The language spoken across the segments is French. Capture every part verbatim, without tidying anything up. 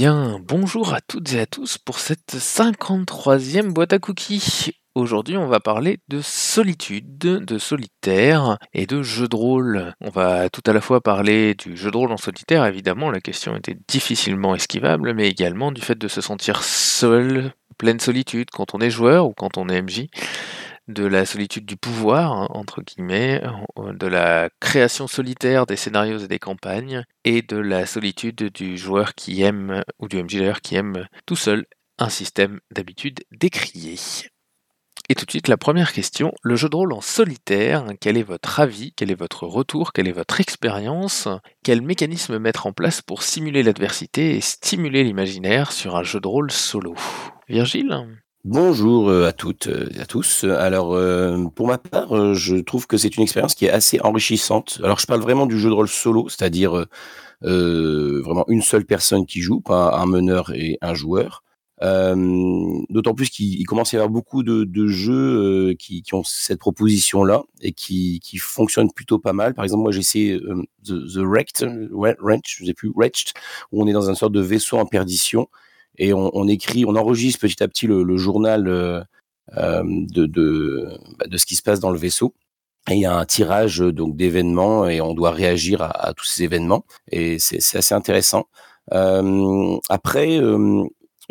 bien, bonjour à toutes et à tous pour cette cinquante-troisième boîte à cookies. Aujourd'hui, on va parler de solitude, de solitaire et de jeu de rôle. On va tout à la fois parler du jeu de rôle en solitaire, évidemment, la question était difficilement esquivable, mais également du fait de se sentir seul, pleine solitude quand on est joueur ou quand on est M J, de la solitude du pouvoir, hein, entre guillemets, euh, de la création solitaire des scénarios et des campagnes, et de la solitude du joueur qui aime, ou du M J d'ailleurs, qui aime tout seul un système d'habitude décrié. Et tout de suite, la première question, le jeu de rôle en solitaire, quel est votre avis, quel est votre retour, quelle est votre expérience, quel mécanisme mettre en place pour simuler l'adversité et stimuler l'imaginaire sur un jeu de rôle solo? Virgile? Bonjour euh, à toutes euh, et à tous. Alors, euh, pour ma part, euh, je trouve que c'est une expérience qui est assez enrichissante. Alors, je parle vraiment du jeu de rôle solo, c'est-à-dire euh, euh, vraiment une seule personne qui joue, pas un meneur et un joueur. Euh, D'autant plus qu'il il commence à y avoir beaucoup de, de jeux euh, qui, qui ont cette proposition-là et qui, qui fonctionnent plutôt pas mal. Par exemple, moi, j'ai essayé euh, The, The Wrecked, euh, Wrenched, je sais plus, Wretched, où on est dans une sorte de vaisseau en perdition et on, on écrit, on enregistre petit à petit le, le journal euh, euh, de, de, bah, de ce qui se passe dans le vaisseau. Et il y a un tirage donc d'événements et on doit réagir à, à tous ces événements et c'est, c'est assez intéressant. Euh, après, euh,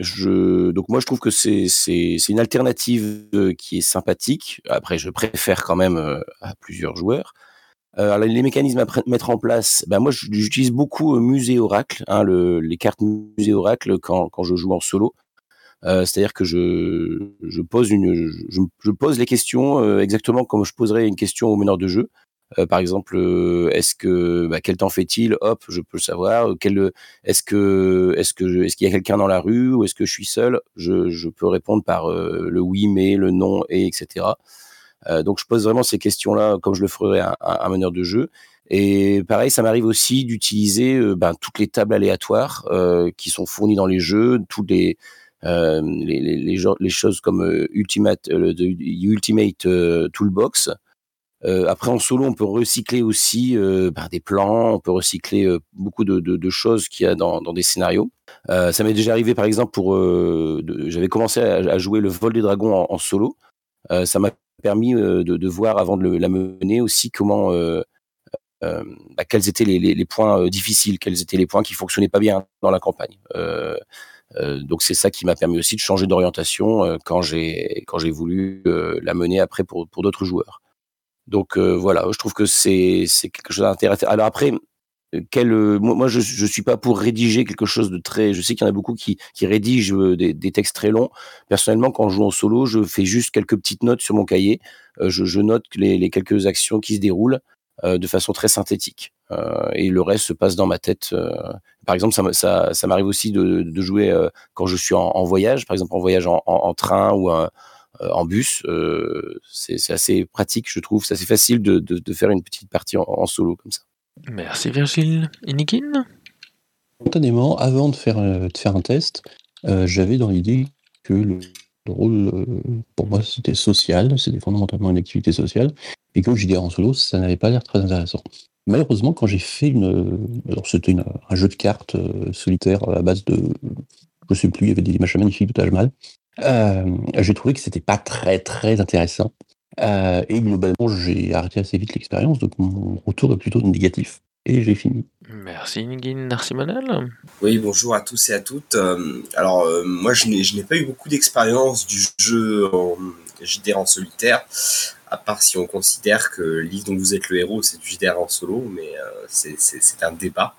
je donc moi je trouve que c'est c'est c'est une alternative euh, qui est sympathique. Après, je préfère quand même euh, à plusieurs joueurs. Euh, alors, les mécanismes à pr- mettre en place, ben moi j'utilise beaucoup euh, Musée Oracle, hein, le, les cartes Musée Oracle quand quand je joue en solo. Euh, c'est-à-dire que je, je pose une, je, je pose les questions euh, exactement comme je poserais une question au meneur de jeu. Euh, par exemple, euh, est-ce que bah, quel temps fait-il? Hop, je peux le savoir. Quel, est-ce que est-ce que je- est-ce qu'il y a quelqu'un dans la rue ou est-ce que je suis seul? Je, je peux répondre par euh, le oui, mais, le non et etc. Euh, donc je pose vraiment ces questions-là comme je le ferais à, à un meneur de jeu. Et pareil, ça m'arrive aussi d'utiliser euh, ben, toutes les tables aléatoires euh, qui sont fournies dans les jeux, tous les euh, les, les, les, genres- les choses comme euh, Ultimate, euh, le de- Ultimate euh, Toolbox. Euh, après, en solo, on peut recycler aussi euh, ben, des plans, on peut recycler euh, beaucoup de, de, de choses qu'il y a dans, dans des scénarios. Euh, ça m'est déjà arrivé, par exemple, pour euh, de- j'avais commencé à, à jouer le vol des dragons en, en solo. Euh, ça m'a permis euh, de, de voir avant de le- la mener aussi comment euh, euh, bah, quels étaient les, les, les points euh, difficiles, quels étaient les points qui fonctionnaient pas bien dans la campagne. Euh, euh, donc c'est ça qui m'a permis aussi de changer d'orientation euh, quand j'ai quand j'ai voulu euh, la mener après pour pour d'autres joueurs. Donc euh, voilà, je trouve que c'est c'est quelque chose d'intéressant. Alors après, euh, quel, euh, moi, moi, je je suis pas pour rédiger quelque chose de très. Je sais qu'il y en a beaucoup qui qui rédigent euh, des, des textes très longs. Personnellement, quand je joue en solo, je fais juste quelques petites notes sur mon cahier. Euh, je, je note les, les quelques actions qui se déroulent euh, de façon très synthétique. Euh, et le reste se passe dans ma tête. euh. Par exemple, ça, me- ça, ça m'arrive aussi de, de jouer euh, quand je suis en, en voyage, par exemple en voyage en, en, en train ou un- euh, en bus. Euh, c'est c'est assez pratique, je trouve. C'est assez facile de, de, de faire une petite partie en, en solo comme ça. Merci Virgile. Inikin? Spontanément, avant de faire, euh, de faire un test, euh, j'avais dans l'idée que le rôle, euh, pour moi, c'était social, c'était fondamentalement une activité sociale, et que J D R en solo, ça n'avait pas l'air très intéressant. Malheureusement, quand j'ai fait une... Alors, c'était une- un jeu de cartes euh, solitaire à base de... Je sais plus, il y avait des machins magnifiques de Taj Mahal. Euh, j'ai trouvé que c'était pas très, très intéressant. Euh, et globalement, j'ai arrêté assez vite l'expérience, donc mon retour est plutôt négatif. Et j'ai fini. Merci Inikin. Narcimonel? Oui, bonjour à tous et à toutes. Euh, alors, euh, moi, je n'ai, je n'ai pas eu beaucoup d'expérience du jeu en J D R en solitaire, à part si on considère que le livre dont vous êtes le héros, c'est du J D R en solo, mais euh, c'est, c'est, c'est un débat.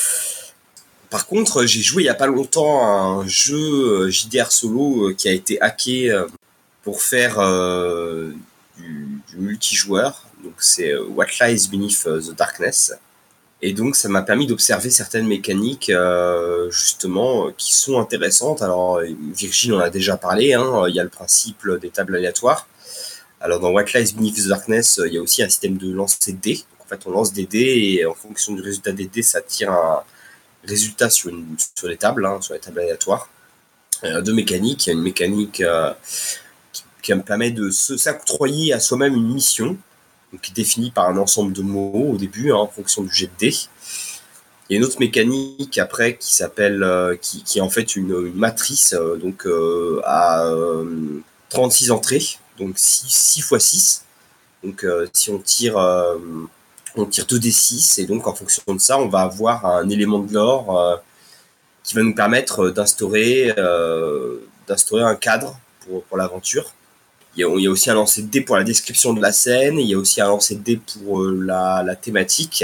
Par contre, j'ai joué il y a pas longtemps à un jeu J D R solo euh, qui a été hacké euh, pour faire euh, du, du multijoueur. Donc, c'est euh, What Lies Beneath euh, the Darkness. Et donc, ça m'a permis d'observer certaines mécaniques, euh, justement, euh, qui sont intéressantes. Alors, euh, Virgile en a déjà parlé, hein, il y a le principe des tables aléatoires. Alors, dans What Lies Beneath the Darkness, il y a aussi un système de lancer de dés. Donc, en fait, on lance des dés et en fonction du résultat des dés, ça tire un résultat sur, une, sur les tables, hein, sur les tables aléatoires. Il y a deux mécaniques. Il y a une mécanique euh, qui, qui me permet de se, s'octroyer à soi-même une mission, donc qui est définie par un ensemble de mots au début, hein, en fonction du jet de dés. Il y a une autre mécanique après qui s'appelle, euh, qui, qui est en fait une, une matrice euh, donc euh, à euh, trente-six entrées, donc six fois six. Donc euh, si on tire, euh, on tire deux d six et donc en fonction de ça, on va avoir un élément de lore euh, qui va nous permettre d'instaurer, euh, d'instaurer un cadre pour, pour l'aventure. Il y, a, il y a aussi un lancer de dés pour la description de la scène, il y a aussi un lancer de dés pour euh, la, la thématique.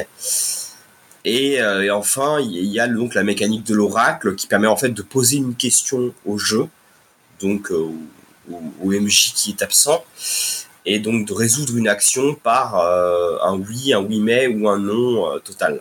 Et, euh, et enfin, il y a donc la mécanique de l'oracle qui permet en fait de poser une question au jeu, donc euh, au, au M J qui est absent, et donc de résoudre une action par euh, un oui, un oui mais ou un non euh, total.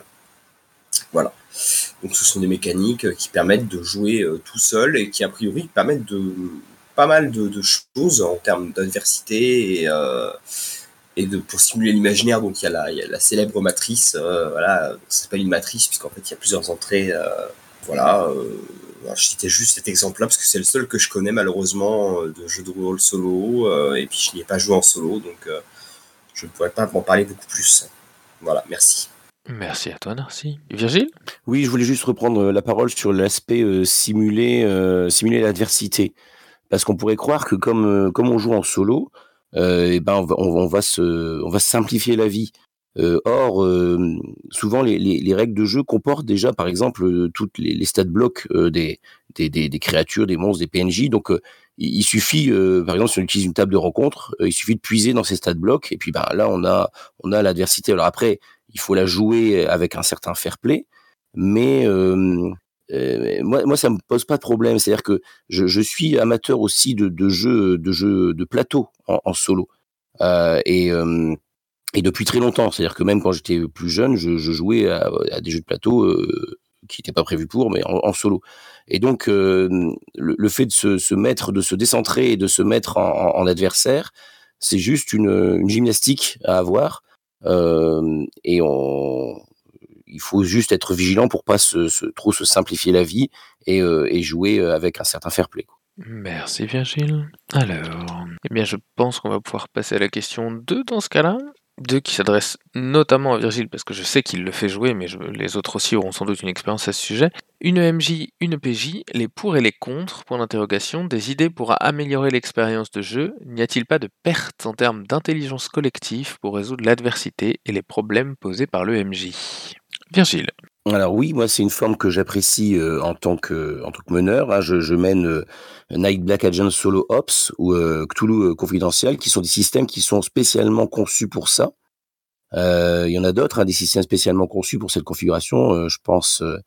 Voilà. Donc ce sont des mécaniques qui permettent de jouer euh, tout seul et qui a priori permettent de pas mal de, de choses en termes d'adversité et euh, et de, pour stimuler l'imaginaire. Donc il y a la, il y a la célèbre matrice, euh, voilà, ça s'appelle une matrice puisqu'en fait il y a plusieurs entrées, euh, voilà. Euh, je citais juste cet exemple-là parce que c'est le seul que je connais malheureusement de jeu de rôle solo, euh, et puis je n'y ai pas joué en solo, donc euh, je ne pourrais pas m'en parler beaucoup plus. Voilà, merci. Merci à toi, Narcy. Virgile ? Oui, je voulais juste reprendre la parole sur l'aspect euh, simuler, euh, simuler l'adversité, parce qu'on pourrait croire que comme euh, comme on joue en solo, euh, et ben on va, on, on va se on va simplifier la vie. Euh, or, euh, souvent les, les, les règles de jeu comportent déjà, par exemple, euh, toutes les, les stat blocks euh, des, des, des, des créatures, des monstres, des P N J. Donc, euh, il, il suffit, euh, par exemple, si on utilise une table de rencontre, euh, il suffit de puiser dans ces stat blocks, et puis ben là, on a on a l'adversité. Alors après, il faut la jouer avec un certain fair play, mais euh, euh, moi, moi, ça me pose pas de problème. C'est-à-dire que je, je suis amateur aussi de, de jeux, de jeux de plateau en, en solo, euh, et euh, et depuis très longtemps. C'est-à-dire que même quand j'étais plus jeune, je, je jouais à, à des jeux de plateau euh, qui n'étaient pas prévus pour, mais en, en solo. Et donc, euh, le, le fait de se, se mettre, de se décentrer et de se mettre en, en, en adversaire, c'est juste une, une gymnastique à avoir. Euh, et on, il faut juste être vigilant pour pas se, se, trop se simplifier la vie et, euh, et jouer avec un certain fair play, quoi. Merci Virgile. Alors, eh bien je pense qu'on va pouvoir passer à la question deux dans ce cas-là. deux qui s'adresse notamment à Virgile parce que je sais qu'il le fait jouer, mais je, les autres aussi auront sans doute une expérience à ce sujet. Une M J, une P J, les pour et les contre, point d'interrogation, des idées pour améliorer l'expérience de jeu. N'y a-t-il pas de perte en termes d'intelligence collective pour résoudre l'adversité et les problèmes posés par le M J ? Virgile. Alors oui, moi c'est une forme que j'apprécie euh, en tant que en tant que meneur. Hein. Je, je mène euh, Night Black Agent Solo Ops ou euh, Cthulhu Confidential, qui sont des systèmes qui sont spécialement conçus pour ça. Euh, il y en a d'autres, hein, des systèmes spécialement conçus pour cette configuration. Euh, je pense euh,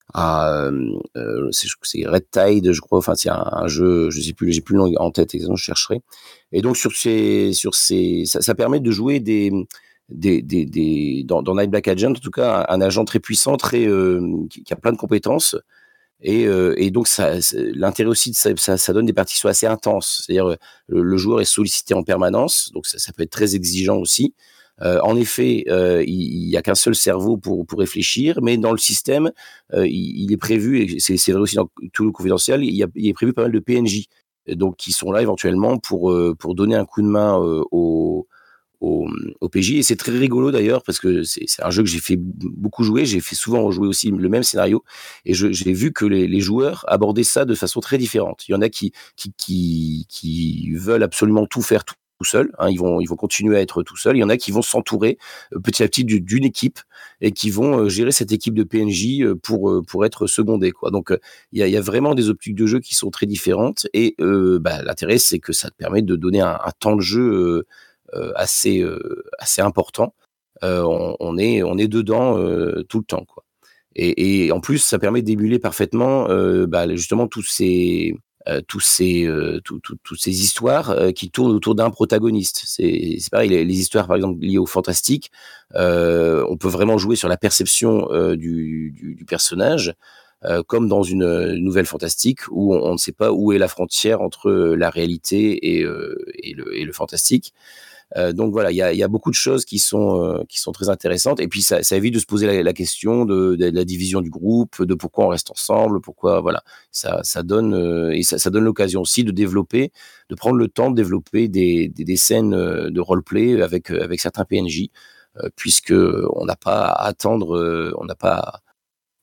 à euh, c'est, c'est Red Tide, je crois. Enfin, c'est un, un jeu, je sais plus, j'ai plus le nom en tête exactement, je chercherai. Et donc sur ces sur ces, ça, ça permet de jouer des Des, des, des, dans, dans Night Black Agent, en tout cas, un, un agent très puissant, très euh, qui, qui a plein de compétences, et, euh, et donc ça, l'intérêt aussi, de ça, ça, ça donne des parties qui sont assez intenses. C'est-à-dire le, le joueur est sollicité en permanence, donc ça, ça peut être très exigeant aussi. Euh, en effet, euh, il n'y a qu'un seul cerveau pour, pour réfléchir, mais dans le système, euh, il, il est prévu, et c'est, c'est vrai aussi dans tout le confidentiel, il, y a, il est prévu pas mal de P N J, donc qui sont là éventuellement pour, euh, pour donner un coup de main euh, aux Au, au P J, et c'est très rigolo d'ailleurs parce que c'est, c'est un jeu que j'ai fait beaucoup jouer, j'ai fait souvent rejouer aussi le même scénario, et je, j'ai vu que les, les joueurs abordaient ça de façon très différente. Il y en a qui qui qui, qui veulent absolument tout faire tout, tout seul, hein, ils vont ils vont continuer à être tout seuls. Il y en a qui vont s'entourer euh, petit à petit du, d'une équipe et qui vont euh, gérer cette équipe de P N J euh, pour euh, pour être secondés, quoi. Donc euh, il y a il y a vraiment des optiques de jeu qui sont très différentes, et euh, bah, l'intérêt c'est que ça te permet de donner un, un temps de jeu euh, Euh, assez euh, assez important. Euh, on, on est on est dedans euh, tout le temps, quoi. Et, et en plus, ça permet d'émuler parfaitement euh, bah, justement tous ces euh, tous ces euh, tout, tout, toutes ces histoires euh, qui tournent autour d'un protagoniste. C'est, c'est pareil, les, les histoires par exemple liées au fantastique, euh, on peut vraiment jouer sur la perception euh, du, du, du personnage. Euh, comme dans une, une nouvelle fantastique où on, on ne sait pas où est la frontière entre la réalité et, euh, et, le, et le fantastique. Euh, donc voilà, il y a, y a beaucoup de choses qui sont euh, qui sont très intéressantes, et puis ça, ça évite de se poser la, la question de, de, de la division du groupe, de pourquoi on reste ensemble, pourquoi voilà, ça ça donne euh, et ça, ça donne l'occasion aussi de développer, de prendre le temps de développer des des, des scènes de roleplay avec avec certains P N J, euh, puisque on n'a pas à attendre, euh, on n'a pas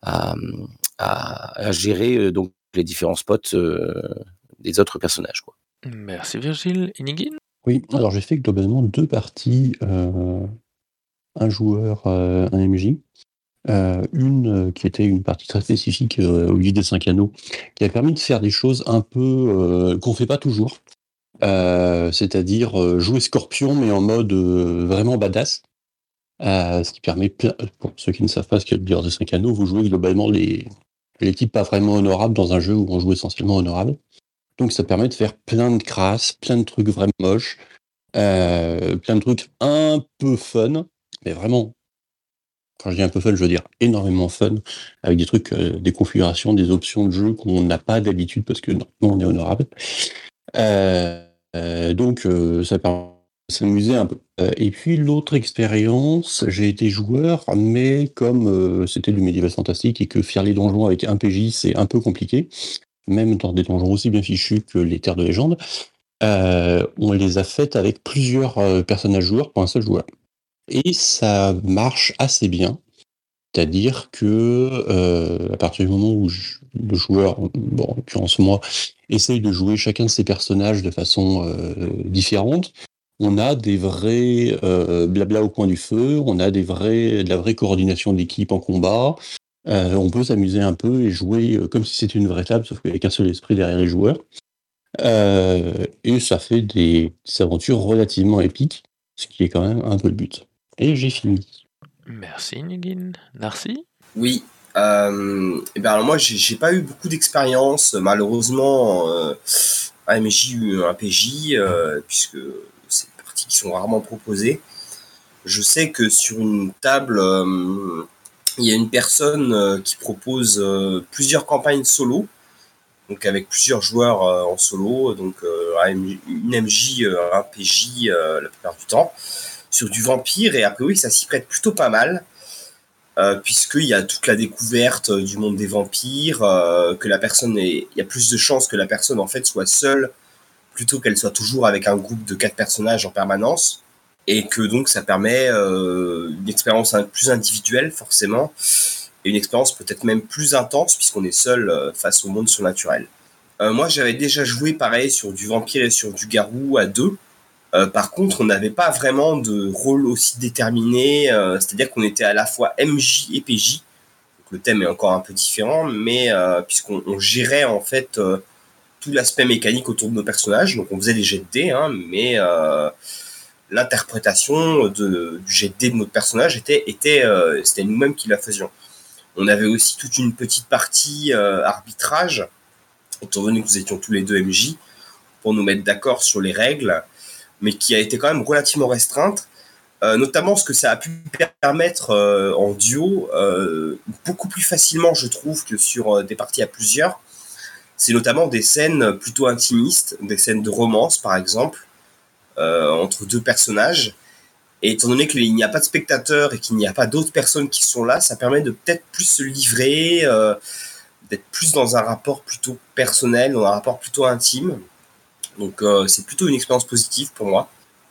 à, à, à gérer euh, donc les différents spots euh, des autres personnages, quoi. Merci Virgile. Inigine? Oui, alors j'ai fait globalement deux parties, euh, un joueur, euh, un M J. Euh, une euh, qui était une partie très spécifique euh, au guide des cinq anneaux, qui a permis de faire des choses un peu euh, qu'on fait pas toujours. Euh, c'est-à-dire euh, jouer Scorpion, mais en mode euh, vraiment badass. Euh, ce qui permet, plein, pour ceux qui ne savent pas ce qu'est le guide des cinq anneaux, vous jouez globalement les, les types pas vraiment honorables dans un jeu où on joue essentiellement honorable. Donc ça permet de faire plein de crasses, plein de trucs vraiment moches, euh, plein de trucs un peu fun, mais vraiment, quand je dis un peu fun, je veux dire énormément fun, avec des trucs, euh, des configurations, des options de jeu qu'on n'a pas d'habitude parce que non, on est honorable. Euh, euh, donc euh, ça permet de s'amuser un peu. Euh, et puis l'autre expérience, j'ai été joueur, mais comme euh, c'était du médiéval fantastique et que faire les donjons avec un P J, c'est un peu compliqué, même dans des donjons aussi bien fichus que les terres de légende, euh, on les a faites avec plusieurs euh, personnages joueurs pour un seul joueur. Et ça marche assez bien. C'est-à-dire que euh, à partir du moment où je, le joueur, bon, en l'occurrence moi, essaye de jouer chacun de ses personnages de façon euh, différente, on a des vrais euh, blabla au coin du feu, on a des vrais, de la vraie coordination d'équipe en combat, euh, on peut s'amuser un peu et jouer euh, comme si c'était une vraie table, sauf qu'il n'y a qu'un seul esprit derrière les joueurs. Euh, et ça fait des, des aventures relativement épiques, ce qui est quand même un peu le but. Et j'ai fini. Merci Inigine. Narcy? Oui. Euh, et ben alors moi, j'ai, j'ai pas eu beaucoup d'expérience, malheureusement, euh, un M J ou un P J, euh, puisque c'est des parties qui sont rarement proposées. Je sais que sur une table, euh, il y a une personne euh, qui propose euh, plusieurs campagnes solo, donc avec plusieurs joueurs euh, en solo, donc euh, un M J, une M J, euh, un P J euh, la plupart du temps, sur du vampire, et a priori ça s'y prête plutôt pas mal. Euh, puisqu'il y a toute la découverte euh, du monde des vampires, euh, que la personne est, il y a plus de chances que la personne en fait soit seule plutôt qu'elle soit toujours avec un groupe de quatre personnages en permanence, et que donc ça permet euh, une expérience plus individuelle forcément, et une expérience peut-être même plus intense puisqu'on est seul euh, face au monde surnaturel. Euh, moi j'avais déjà joué pareil sur du vampire et sur du garou à deux. Euh, par contre, on n'avait pas vraiment de rôle aussi déterminé, euh, c'est-à-dire qu'on était à la fois M J et P J. Donc, le thème est encore un peu différent, mais euh, puisqu'on on gérait en fait euh, tout l'aspect mécanique autour de nos personnages, donc on faisait des jets de dés, hein, mais euh, l'interprétation de, du jet de dés de notre personnage était, était euh, c'était nous-mêmes qui la faisions. On avait aussi toute une petite partie euh, arbitrage, étant donné que nous étions tous les deux M J, pour nous mettre d'accord sur les règles, mais qui a été quand même relativement restreinte, euh, notamment ce que ça a pu permettre euh, en duo, euh, beaucoup plus facilement, je trouve, que sur euh, des parties à plusieurs. C'est notamment des scènes plutôt intimistes, des scènes de romance, par exemple, euh, entre deux personnages. Et étant donné qu'il n'y a pas de spectateurs et qu'il n'y a pas d'autres personnes qui sont là, ça permet de peut-être plus se livrer, euh, d'être plus dans un rapport plutôt personnel, dans un rapport plutôt intime. Donc euh, c'est plutôt une expérience positive pour moi.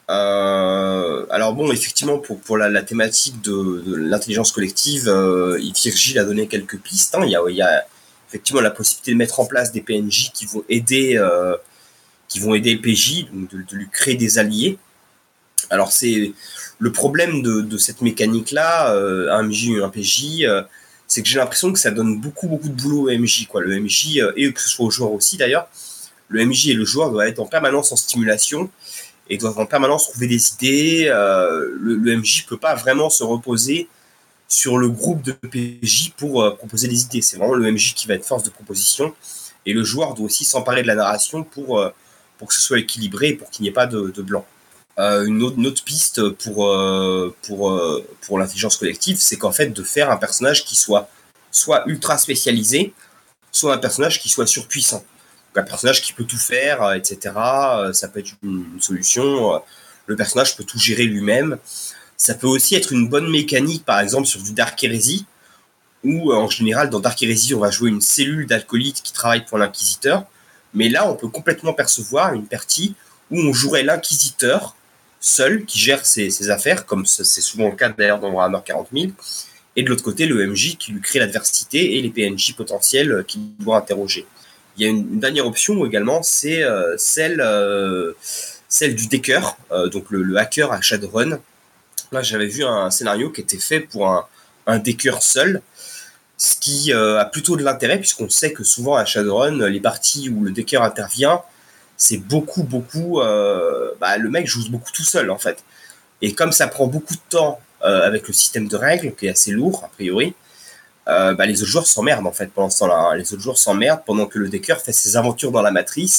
Euh, alors bon, effectivement, pour, pour la, la thématique de, de l'intelligence collective, euh, Virgile a donné quelques pistes. Hein. Il, y a, il y a effectivement la possibilité de mettre en place des P N J qui vont aider, euh, qui vont aider le P J, donc de, de lui créer des alliés. Alors c'est le problème de, de cette mécanique-là, euh, un M J ou un P J, euh, c'est que j'ai l'impression que ça donne beaucoup beaucoup de boulot au M J, quoi. Le M J, euh, et que ce soit au joueur aussi d'ailleurs, le M J et le joueur doivent être en permanence en stimulation et doivent en permanence trouver des idées. Euh, le, le M J peut pas vraiment se reposer sur le groupe de P J pour euh, proposer des idées. C'est vraiment le M J qui va être force de proposition, et le joueur doit aussi s'emparer de la narration pour, euh, pour que ce soit équilibré et pour qu'il n'y ait pas de, de blanc. Euh, une, autre, une autre piste pour, euh, pour, euh, pour l'intelligence collective, c'est qu'en fait de faire un personnage qui soit soit ultra spécialisé, soit un personnage qui soit surpuissant. Un personnage qui peut tout faire, et cetera. Ça peut être une, une solution. Le personnage peut tout gérer lui-même. Ça peut aussi être une bonne mécanique, par exemple, sur du Dark Heresy, où, en général, dans Dark Heresy, on va jouer une cellule d'alcoolites qui travaille pour l'Inquisiteur. Mais là, on peut complètement percevoir une partie où on jouerait l'Inquisiteur seul, qui gère ses, ses affaires, comme c'est souvent le cas d'ailleurs dans Warhammer quarante mille, et de l'autre côté le M J qui lui crée l'adversité et les P N J potentiels qu'il doit interroger. Il y a une, une dernière option également, c'est euh, celle, euh, celle du decker, euh, donc le, le hacker à Shadowrun. Là, j'avais vu un scénario qui était fait pour un, un decker seul, ce qui euh, a plutôt de l'intérêt, puisqu'on sait que souvent à Shadowrun, les parties où le decker intervient, c'est beaucoup, beaucoup... Euh, bah, le mec joue beaucoup tout seul, en fait. Et comme ça prend beaucoup de temps euh, avec le système de règles, qui est assez lourd, a priori, euh, bah, les autres joueurs s'emmerdent, en fait, pendant ce temps-là. Hein. Les autres joueurs s'emmerdent pendant que le decker fait ses aventures dans la matrice.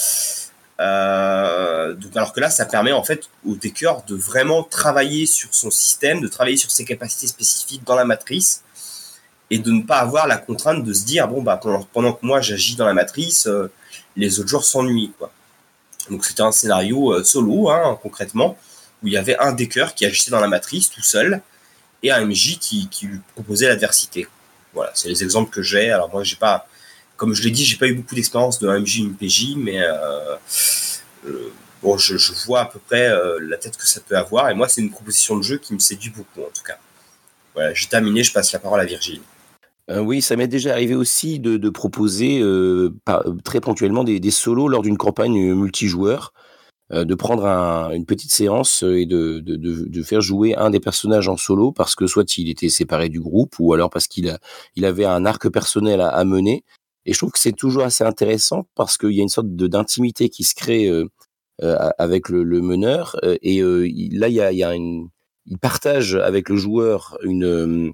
Euh, donc, alors que là, ça permet, en fait, au decker de vraiment travailler sur son système, de travailler sur ses capacités spécifiques dans la matrice, et de ne pas avoir la contrainte de se dire, bon, bah, pendant, pendant que moi, j'agis dans la matrice, euh, les autres joueurs s'ennuient, quoi. Donc, c'était un scénario euh, solo, hein, concrètement, où il y avait un decker qui agissait dans la matrice tout seul et un M J qui, qui lui proposait l'adversité. Voilà, c'est les exemples que j'ai. Alors moi, j'ai pas, comme je l'ai dit, j'ai pas eu beaucoup d'expérience de M J ou P J, mais euh, euh, bon, je, je vois à peu près euh, la tête que ça peut avoir. Et moi, c'est une proposition de jeu qui me séduit beaucoup, en tout cas. Voilà, j'ai terminé. Je passe la parole à Virgile. Euh, oui, ça m'est déjà arrivé aussi de, de proposer euh, par, très ponctuellement des, des solos lors d'une campagne multijoueur. De prendre un, une petite séance et de, de, de, de faire jouer un des personnages en solo parce que soit il était séparé du groupe ou alors parce qu'il a, il avait un arc personnel à, à mener. Et je trouve que c'est toujours assez intéressant parce qu'il y a une sorte de, d'intimité qui se crée euh, euh, avec le, le meneur. Et euh, il, là, il y a, il y a une, il partage avec le joueur une,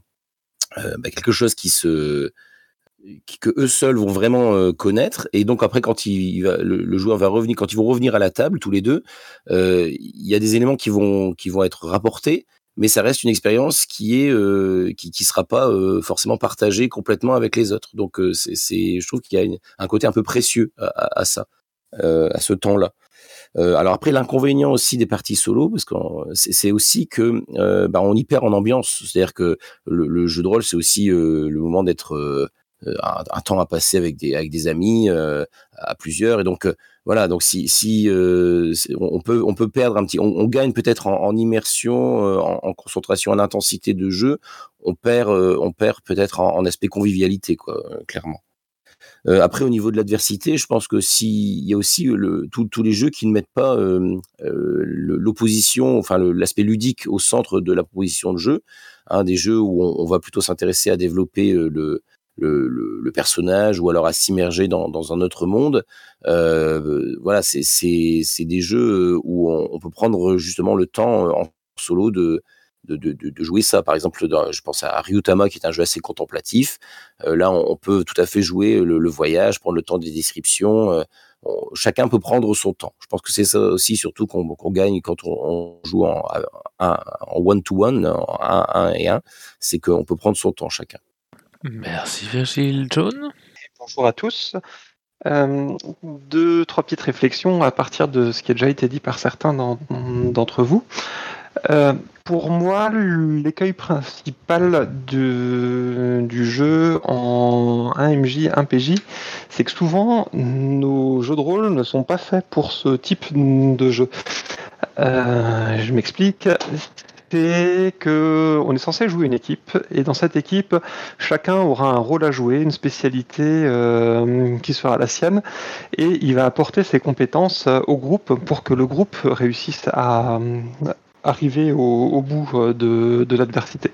euh, bah, quelque chose qui se... que eux seuls vont vraiment euh, connaître, et donc après quand il, il va, le, le joueur va revenir, quand ils vont revenir à la table tous les deux, euh, il y a des éléments qui vont qui vont être rapportés, mais ça reste une expérience qui est euh, qui qui sera pas euh, forcément partagée complètement avec les autres. Donc euh, c'est c'est je trouve qu'il y a une, un côté un peu précieux à, à, à ça, euh, à ce temps-là. Euh, alors après, l'inconvénient aussi des parties solo, parce que c'est, c'est aussi que euh, bah, on y perd en ambiance. C'est-à-dire que le, le jeu de rôle, c'est aussi euh, le moment d'être euh, un, un temps à passer avec des avec des amis euh, à plusieurs. Et donc euh, voilà. Donc si si euh, on peut on peut perdre un petit, on, on gagne peut-être en, en immersion, euh, en, en concentration, en intensité de jeu. On perd euh, on perd peut-être en, en aspect convivialité, quoi, euh, clairement. Euh, après, au niveau de l'adversité, je pense que s'il y a aussi le, tous tous les jeux qui ne mettent pas euh, euh, l'opposition, enfin le, l'aspect ludique au centre de la proposition de jeu, hein, des jeux où on, on va plutôt s'intéresser à développer euh, le, le, le, le personnage ou alors à s'immerger dans, dans un autre monde. Euh, voilà, c'est, c'est, c'est des jeux où on, on peut prendre justement le temps en solo de De, de, de jouer ça. Par exemple, dans, je pense à Ryutama, qui est un jeu assez contemplatif. Euh, là, on, on peut tout à fait jouer le, le voyage, prendre le temps des descriptions. Euh, on, chacun peut prendre son temps. Je pense que c'est ça aussi, surtout qu'on, qu'on gagne quand on, on joue en, en, en one-to-one, en un, un et un, c'est qu'on peut prendre son temps chacun. Merci Virgile. John ? Bonjour à tous. Euh, deux, trois petites réflexions à partir de ce qui a déjà été dit par certains dans, d'entre vous. Euh, pour moi, l'écueil principal de, du jeu en un M J, un P J, c'est que souvent, nos jeux de rôle ne sont pas faits pour ce type de jeu. Euh, je m'explique. C'est qu'on est censé jouer une équipe, et dans cette équipe, chacun aura un rôle à jouer, une spécialité euh, qui sera la sienne, et il va apporter ses compétences au groupe pour que le groupe réussisse à arriver au, au bout de, de l'adversité.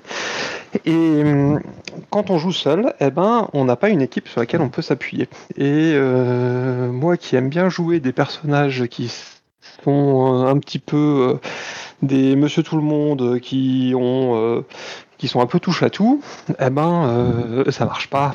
Et quand on joue seul, eh ben, on n'a pas une équipe sur laquelle on peut s'appuyer. Et euh, moi qui aime bien jouer des personnages qui sont un petit peu euh, des monsieur tout le monde, qui ont euh, qui sont un peu touche à tout, eh ben euh, ça marche pas.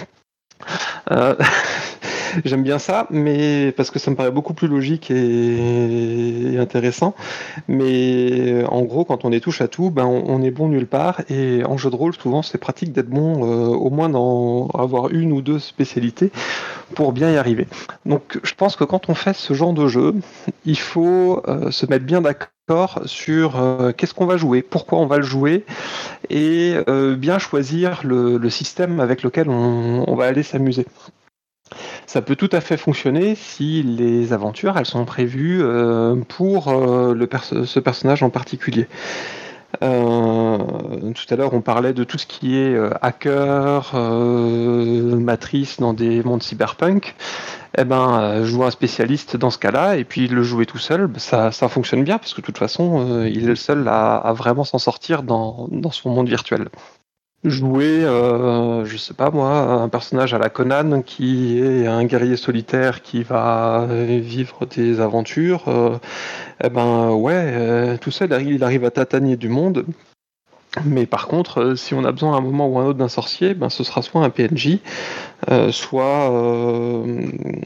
Euh, J'aime bien ça, mais parce que ça me paraît beaucoup plus logique et, et intéressant. Mais en gros, quand on est touche à tout, ben on, on est bon nulle part. Et en jeu de rôle, souvent, c'est pratique d'être bon, euh, au moins dans avoir une ou deux spécialités pour bien y arriver. Donc, je pense que quand on fait ce genre de jeu, il faut euh, se mettre bien d'accord sur euh, qu'est-ce qu'on va jouer, pourquoi on va le jouer, et euh, bien choisir le, le système avec lequel on, on va aller s'amuser. Ça peut tout à fait fonctionner si les aventures elles sont prévues euh, pour euh, le perso- ce personnage en particulier. Euh, euh, tout à l'heure, on parlait de tout ce qui est euh, hacker, euh, matrice dans des mondes cyberpunk. Eh ben, euh, jouer un spécialiste dans ce cas-là, et puis le jouer tout seul, bah, ça, ça fonctionne bien, parce que de toute façon, euh, il est le seul à, à vraiment s'en sortir dans, dans son monde virtuel. Jouer, euh, je sais pas moi, un personnage à la Conan qui est un guerrier solitaire qui va vivre des aventures, euh, eh ben ouais, euh, tout seul, il arrive à tatanier du monde. Mais par contre, euh, si on a besoin à un moment ou à un autre d'un sorcier, ben ce sera soit un P N J, euh, soit euh,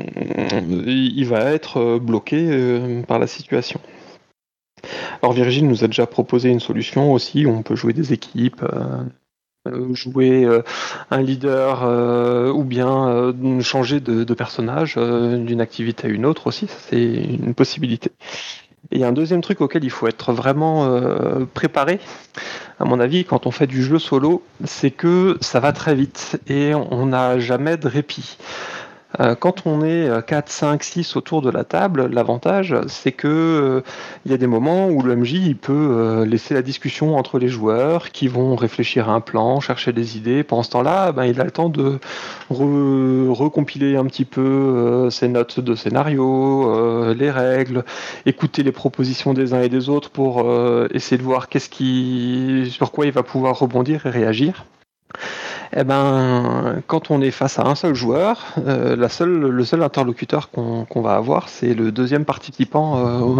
il va être euh, bloqué euh, par la situation. Alors Virgile nous a déjà proposé une solution aussi où on peut jouer des équipes. Euh, jouer euh, un leader euh, ou bien euh, changer de, de personnage euh, d'une activité à une autre aussi, ça, c'est une possibilité. Et il y a un deuxième truc auquel il faut être vraiment euh, préparé, à mon avis, quand on fait du jeu solo, c'est que ça va très vite et on n'a jamais de répit. Euh, quand on est quatre, cinq, six autour de la table, l'avantage, c'est que euh, il y a des moments où le M J il peut euh, laisser la discussion entre les joueurs qui vont réfléchir à un plan, chercher des idées. Pendant ce temps-là, ben, il a le temps de re- recompiler un petit peu euh, ses notes de scénario, euh, les règles, écouter les propositions des uns et des autres pour euh, essayer de voir qu'est-ce qui, sur quoi il va pouvoir rebondir et réagir. Eh ben, quand on est face à un seul joueur, euh, la seule, le seul interlocuteur qu'on qu'on va avoir, c'est le deuxième participant. Euh,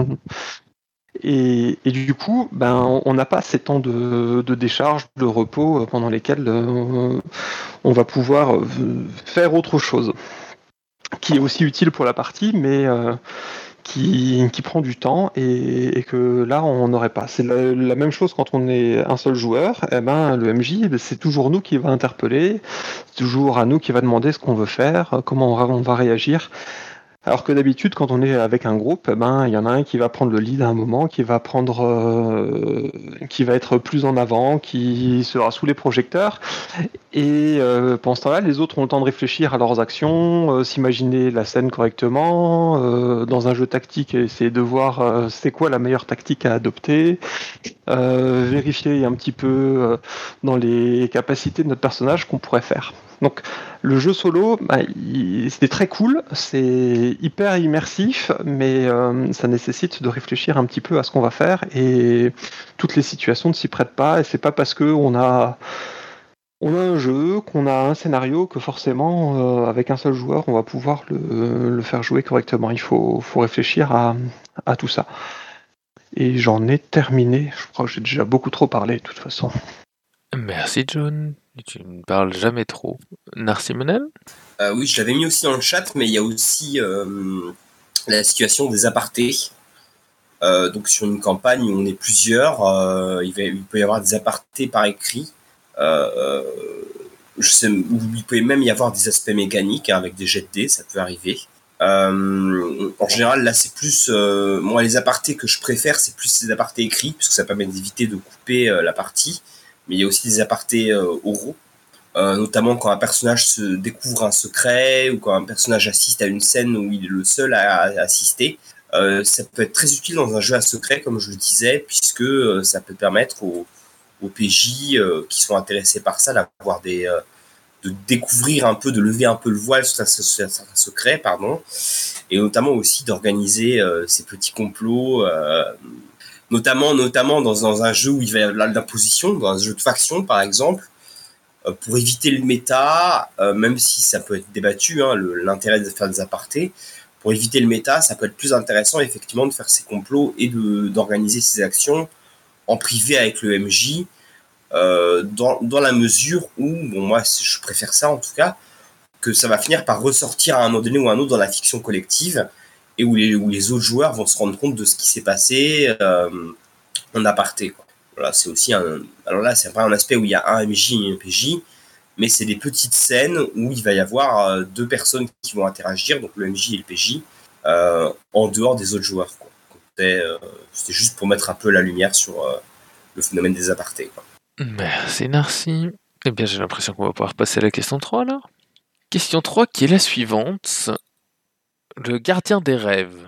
et, et du coup, ben, on n'a pas ces temps de, de décharge, de repos euh, pendant lesquels euh, on va pouvoir euh, faire autre chose, qui est aussi utile pour la partie, mais euh, qui, qui prend du temps et, et que là on n'aurait pas. C'est la, la même chose quand on est un seul joueur, eh ben, le M J c'est toujours nous qui va interpeller, c'est toujours à nous qui va demander ce qu'on veut faire, comment on va, on va réagir. Alors que d'habitude, quand on est avec un groupe, eh ben, il y en a un qui va prendre le lead à un moment, qui va prendre, euh, qui va être plus en avant, qui sera sous les projecteurs. Et euh, pendant ce temps-là, les autres ont le temps de réfléchir à leurs actions, euh, s'imaginer la scène correctement, euh, dans un jeu tactique, essayer de voir euh, c'est quoi la meilleure tactique à adopter, euh, vérifier un petit peu euh, dans les capacités de notre personnage qu'on pourrait faire. Donc le jeu solo, bah, il, c'est très cool, c'est hyper immersif, mais euh, ça nécessite de réfléchir un petit peu à ce qu'on va faire et toutes les situations ne s'y prêtent pas. Et c'est pas parce que on a on a un jeu, qu'on a un scénario, que forcément, euh, avec un seul joueur, on va pouvoir le, le faire jouer correctement. Il faut, faut réfléchir à, à tout ça. Et j'en ai terminé. Je crois que j'ai déjà beaucoup trop parlé, de toute façon. Merci John, tu ne parles jamais trop. Narcimonel ? Euh, oui, je l'avais mis aussi dans le chat, mais il y a aussi euh, la situation des apartés. Euh, donc sur une campagne où on est plusieurs, euh, il, va, il peut y avoir des apartés par écrit. Euh, je sais, il peut même y avoir des aspects mécaniques hein, avec des jets de dés, ça peut arriver. Euh, en général, là, c'est plus euh, moi les apartés que je préfère, c'est plus les apartés écrits, parce que ça permet d'éviter de couper euh, la partie. Mais il y a aussi des apartés euh, oraux, euh, notamment quand un personnage se découvre un secret ou quand un personnage assiste à une scène où il est le seul à, à assister. Euh, ça peut être très utile dans un jeu à secret, comme je le disais, puisque euh, ça peut permettre aux, aux P J euh, qui sont intéressés par ça d'avoir des euh, de découvrir un peu, de lever un peu le voile sur certains secrets, pardon, et notamment aussi d'organiser euh, ces petits complots, euh, notamment, notamment dans, dans un jeu où il va y avoir de l'imposition, dans un jeu de faction par exemple, euh, pour éviter le méta, euh, même si ça peut être débattu, hein, le, l'intérêt de faire des apartés, pour éviter le méta, ça peut être plus intéressant effectivement de faire ces complots et de, d'organiser ces actions en privé avec le M J, Euh, dans, dans la mesure où, bon moi je préfère ça en tout cas, que ça va finir par ressortir à un moment donné ou à un autre dans la fiction collective et où les, où les autres joueurs vont se rendre compte de ce qui s'est passé euh, en aparté, quoi. Voilà, c'est aussi un, alors là c'est pas un aspect où il y a un M J et un P J, mais c'est des petites scènes où il va y avoir euh, deux personnes qui vont interagir, donc le M J et le P J, euh, en dehors des autres joueurs, quoi. C'était, euh, c'était juste pour mettre un peu la lumière sur euh, le phénomène des apartés, quoi. Merci Narcy. Eh bien j'ai l'impression qu'on va pouvoir passer à la question trois alors. Question trois qui est la suivante. Le gardien des rêves.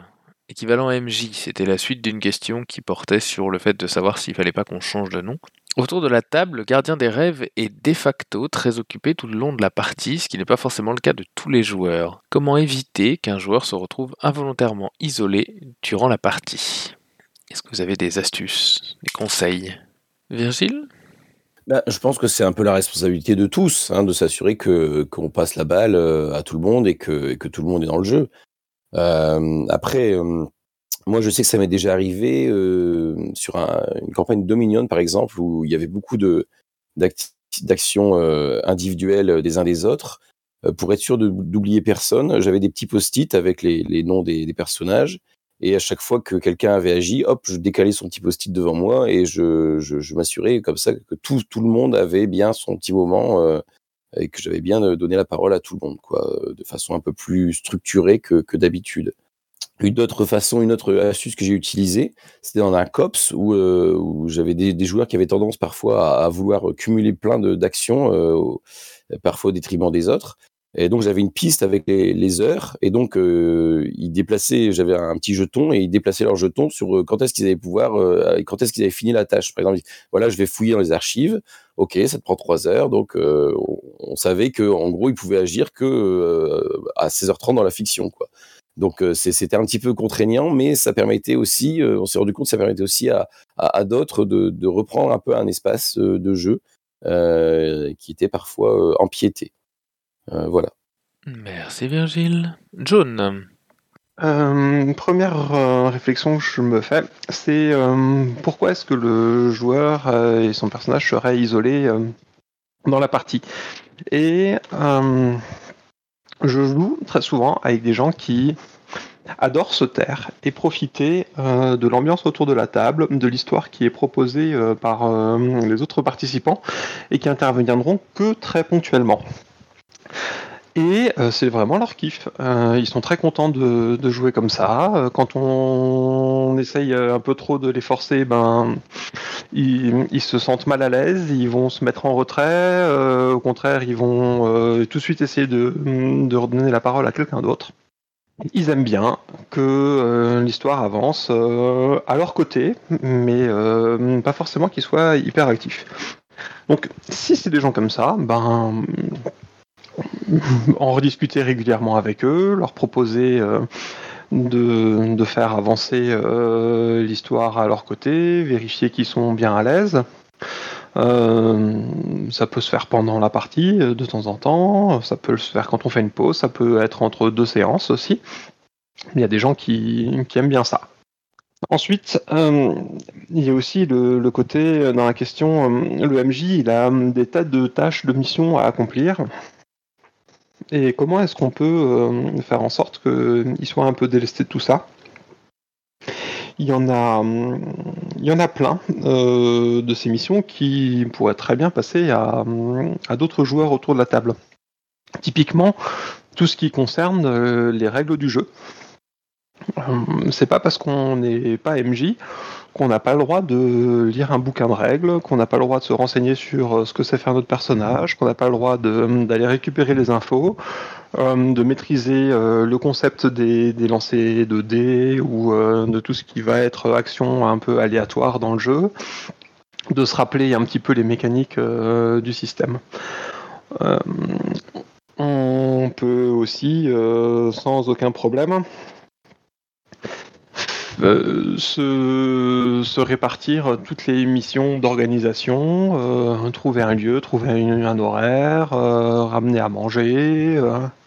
Équivalent M J, c'était la suite d'une question qui portait sur le fait de savoir s'il fallait pas qu'on change de nom. Autour de la table, le gardien des rêves est de facto très occupé tout le long de la partie, ce qui n'est pas forcément le cas de tous les joueurs. Comment éviter qu'un joueur se retrouve involontairement isolé durant la partie? Est-ce que vous avez des astuces, des conseils? Virgile? Bah, je pense que c'est un peu la responsabilité de tous, hein, de s'assurer que qu'on passe la balle euh, à tout le monde et que, et que tout le monde est dans le jeu. Euh, après, euh, moi, je sais que ça m'est déjà arrivé euh, sur un- une campagne Dominion, par exemple, où il y avait beaucoup de d'acti- d'actions euh, individuelles des uns des autres. Euh, pour être sûr de- d'oublier personne, j'avais des petits post-it avec les, les noms des, des personnages. Et à chaque fois que quelqu'un avait agi, hop, je décalais son petit post-it devant moi et je, je, je m'assurais comme ça que tout, tout le monde avait bien son petit moment euh, et que j'avais bien euh, donné la parole à tout le monde, quoi, euh, de façon un peu plus structurée que, que d'habitude. Une autre façon, une autre astuce que j'ai utilisée, c'était dans un COPS où, euh, où j'avais des, des joueurs qui avaient tendance parfois à, à vouloir cumuler plein de, d'actions, euh, au- parfois au détriment des autres. Et donc j'avais une piste avec les, les heures, et donc euh, ils déplaçaient, j'avais un petit jeton, et ils déplaçaient leur jeton sur euh, quand est-ce qu'ils allaient pouvoir, euh, quand est-ce qu'ils avaient fini la tâche. Par exemple, ils- voilà, je vais fouiller dans les archives, ok, ça te prend trois heures, donc euh, on, on savait que en gros ils pouvaient agir que euh, à seize heures trente dans la fiction, quoi. Donc euh, c'est- c'était un petit peu contraignant, mais ça permettait aussi, euh, on s'est rendu compte, ça permettait aussi à, à, à d'autres de, de reprendre un peu un espace euh, de jeu euh, qui était parfois euh, empiété. Euh, voilà. Merci Virgile. John? Euh, première euh, réflexion que je me fais, c'est euh, pourquoi est-ce que le joueur euh, et son personnage seraient isolés euh, dans la partie. Et euh, je joue très souvent avec des gens qui adorent se taire et profiter euh, de l'ambiance autour de la table, de l'histoire qui est proposée euh, par euh, les autres participants et qui interviendront que très ponctuellement. Et euh, c'est vraiment leur kiff. Euh, ils sont très contents de, de jouer comme ça. Euh, Quand on, on essaye euh, un peu trop de les forcer, ben ils, ils se sentent mal à l'aise, ils vont se mettre en retrait. Euh, au contraire, ils vont euh, tout de suite essayer de, de redonner la parole à quelqu'un d'autre. Ils aiment bien que euh, l'histoire avance euh, à leur côté, mais euh, pas forcément qu'ils soient hyper actifs. Donc, si c'est des gens comme ça, ben en rediscuter régulièrement avec eux, leur proposer euh, de, de faire avancer euh, l'histoire à leur côté, vérifier qu'ils sont bien à l'aise. Euh, ça peut se faire pendant la partie de temps en temps, ça peut se faire quand on fait une pause, ça peut être entre deux séances aussi. Il y a des gens qui, qui aiment bien ça. Ensuite, euh, il y a aussi le, le côté dans la question, euh, le M J, il a des tas de tâches, de missions à accomplir. Et comment est-ce qu'on peut euh, faire en sorte qu'il soit un peu délesté de tout ça? Il y en a, hum, il y en a plein euh, de ces missions qui pourraient très bien passer à, hum, à d'autres joueurs autour de la table. Typiquement, tout ce qui concerne euh, les règles du jeu. Hum, C'est pas parce qu'on n'est pas M J qu'on n'a pas le droit de lire un bouquin de règles, qu'on n'a pas le droit de se renseigner sur euh, ce que sait faire notre personnage, qu'on n'a pas le droit de, hum, d'aller récupérer les infos, euh, de maîtriser euh, le concept des, des lancers de dés ou euh, de tout ce qui va être action un peu aléatoire dans le jeu, de se rappeler un petit peu les mécaniques euh, du système. Euh, on peut aussi, euh, sans aucun problème, euh, se, se répartir toutes les missions d'organisation, euh, trouver un lieu, trouver un, un horaire, euh, ramener à manger,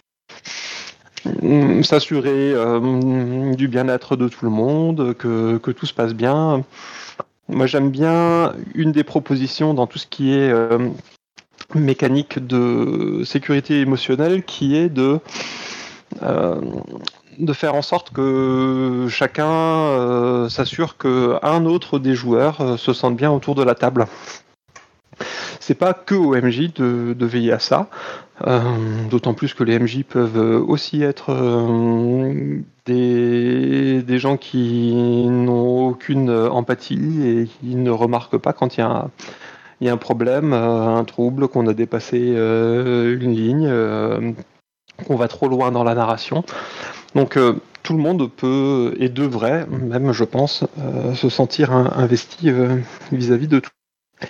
euh, s'assurer euh, du bien-être de tout le monde, que, que tout se passe bien. Moi j'aime bien une des propositions dans tout ce qui est euh, mécanique de sécurité émotionnelle qui est de euh, de faire en sorte que chacun euh, s'assure qu'un autre des joueurs euh, se sente bien autour de la table. C'est pas que au M J de, de veiller à ça, euh, d'autant plus que les M J peuvent aussi être euh, des, des gens qui n'ont aucune empathie et qui ne remarquent pas quand il y a un, il y a un problème, euh, un trouble, qu'on a dépassé euh, une ligne, euh, qu'on va trop loin dans la narration. Donc euh, tout le monde peut et devrait, même je pense, euh, se sentir un, investi euh, vis-à-vis de tout.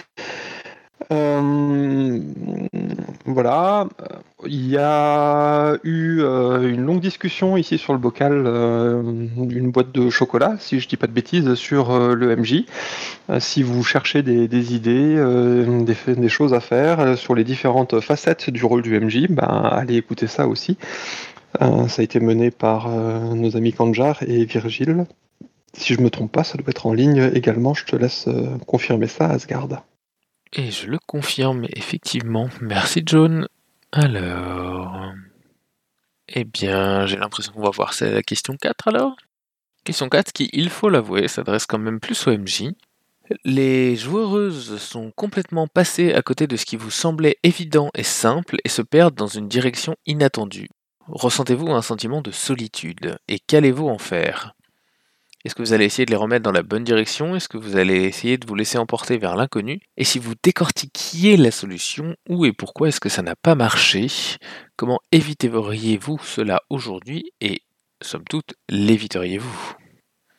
Euh, voilà, il y a eu euh, une longue discussion ici sur le bocal euh, d'une boîte de chocolat, si je dis pas de bêtises, sur euh, le M J. Euh, si vous cherchez des, des idées, euh, des, des choses à faire euh, sur les différentes facettes du rôle du M J, ben, allez écouter ça aussi. Euh, ça a été mené par euh, nos amis Kanjar et Virgile. Si je me trompe pas, ça doit être en ligne également. Je te laisse euh, confirmer ça, Asgard. Et je le confirme, effectivement. Merci, John. Alors... Eh bien, j'ai l'impression qu'on va voir c'est la question quatre, alors. Question quatre qui, il faut l'avouer, s'adresse quand même plus au M J. Les joueuses sont complètement passées à côté de ce qui vous semblait évident et simple et se perdent dans une direction inattendue. Ressentez-vous un sentiment de solitude et qu'allez-vous en faire ? Est-ce que vous allez essayer de les remettre dans la bonne direction ? Est-ce que vous allez essayer de vous laisser emporter vers l'inconnu ? Et si vous décortiquiez la solution, où et pourquoi est-ce que ça n'a pas marché ? Comment éviteriez-vous cela aujourd'hui ? Et, somme toute, l'éviteriez-vous ? Virgile ?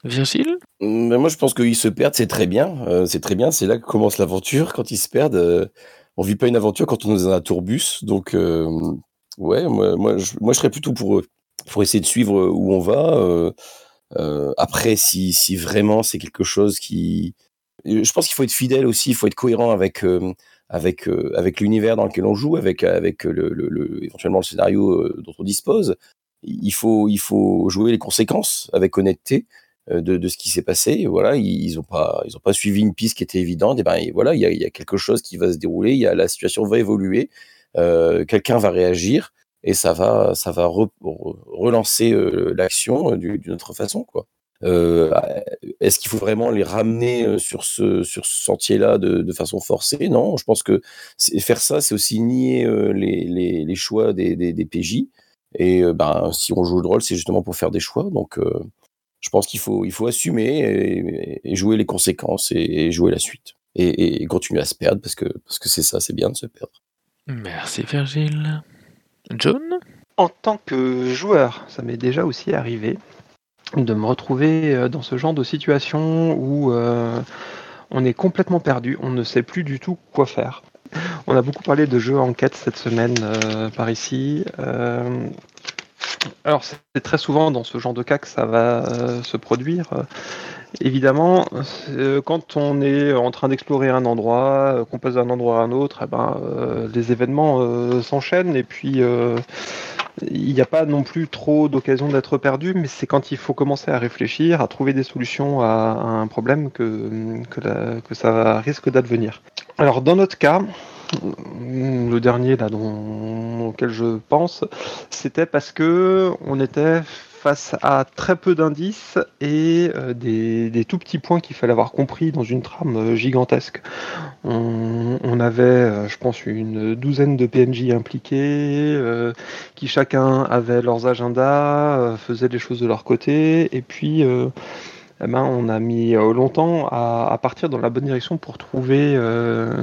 Mais moi, je pense qu'ils se perdent, c'est très bien. Euh, c'est très bien, c'est là que commence l'aventure. Quand ils se perdent, euh, on vit pas une aventure quand on est dans un tourbus. Donc, euh, ouais, moi, moi, je, moi, je serais plutôt pour, pour essayer de suivre où on va. Euh, euh, après, si, si vraiment c'est quelque chose qui... Je pense qu'il faut être fidèle aussi, il faut être cohérent avec, euh, avec, euh, avec l'univers dans lequel on joue, avec, avec le, le, le, éventuellement le scénario euh, dont on dispose. Il faut, il faut jouer les conséquences avec honnêteté de, de ce qui s'est passé. Et voilà, ils n'ont pas, ils ont pas suivi une piste qui était évidente. Et ben et voilà, il y a, il y a quelque chose qui va se dérouler. Il y a, la situation va évoluer. Euh, quelqu'un va réagir et ça va, ça va re, re, relancer euh, l'action d'une autre façon, quoi. Euh, est-ce qu'il faut vraiment les ramener sur ce, sur ce sentier-là de, de façon forcée ? Non, je pense que faire ça, c'est aussi nier euh, les, les, les choix des, des, des P J. Et euh, ben, si on joue le rôle, c'est justement pour faire des choix. Donc, euh, je pense qu'il faut, il faut assumer et, et jouer les conséquences et, et jouer la suite. Et, et continuer à se perdre parce que parce que c'est ça, c'est bien de se perdre. Merci Virgile. John ? En tant que joueur, ça m'est déjà aussi arrivé de me retrouver dans ce genre de situation où euh, on est complètement perdu, on ne sait plus du tout quoi faire. On a beaucoup parlé de jeux enquête cette semaine euh, par ici. Euh, alors c'est très souvent dans ce genre de cas que ça va euh, se produire. Euh, évidemment, euh, quand on est en train d'explorer un endroit, euh, qu'on passe d'un endroit à un autre, eh ben, euh, les événements euh, s'enchaînent et puis euh, il n'y a pas non plus trop d'occasion d'être perdu, mais c'est quand il faut commencer à réfléchir, à trouver des solutions à, à un problème que, que, la, que ça risque d'advenir. Alors dans notre cas, le dernier là dont, auquel je pense, c'était parce que on était face à très peu d'indices et euh, des, des tout petits points qu'il fallait avoir compris dans une trame euh, gigantesque. On, on avait, euh, je pense, une douzaine de P N J impliqués, euh, qui chacun avait leurs agendas, euh, faisaient des choses de leur côté, et puis euh, eh ben, on a mis euh, longtemps à, à partir dans la bonne direction pour trouver, euh,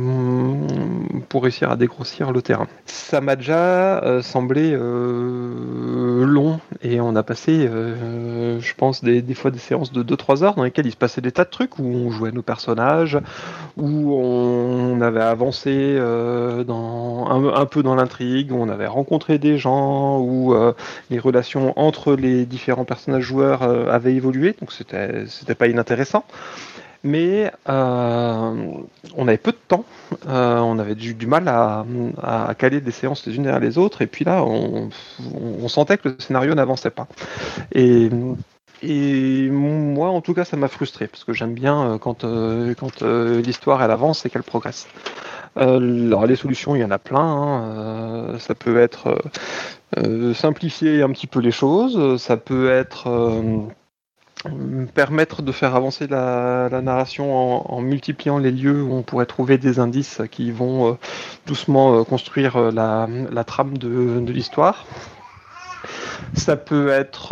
pour réussir à dégrossir le terrain. Ça m'a déjà euh, semblé euh, long et on a passé, euh, je pense, des, des fois des séances de deux trois heures dans lesquelles il se passait des tas de trucs où on jouait nos personnages, où on avait avancé euh, dans, un, un peu dans l'intrigue, où on avait rencontré des gens, où euh, les relations entre les différents personnages joueurs euh, avaient évolué, donc c'était, c'était pas inintéressant. Mais euh, on avait peu de temps, euh, on avait du, du mal à, à caler des séances les unes derrière les autres, et puis là, on, on sentait que le scénario n'avançait pas. Et, et moi, en tout cas, ça m'a frustré, parce que j'aime bien quand, euh, quand euh, l'histoire, elle avance et qu'elle progresse. Euh, alors, les solutions, il y en a plein. Hein. Euh, ça peut être euh, simplifier un petit peu les choses, ça peut être... Euh, permettre de faire avancer la, la narration en, en multipliant les lieux où on pourrait trouver des indices qui vont euh, doucement euh, construire euh, la, la trame de, de l'histoire. Ça peut être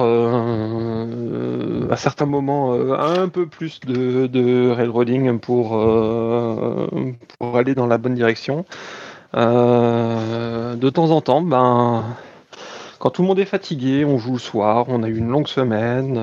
euh, à certains moments euh, un peu plus de, de railroading pour, euh, pour aller dans la bonne direction. Euh, de temps en temps, ben... quand tout le monde est fatigué, on joue le soir, on a eu une longue semaine,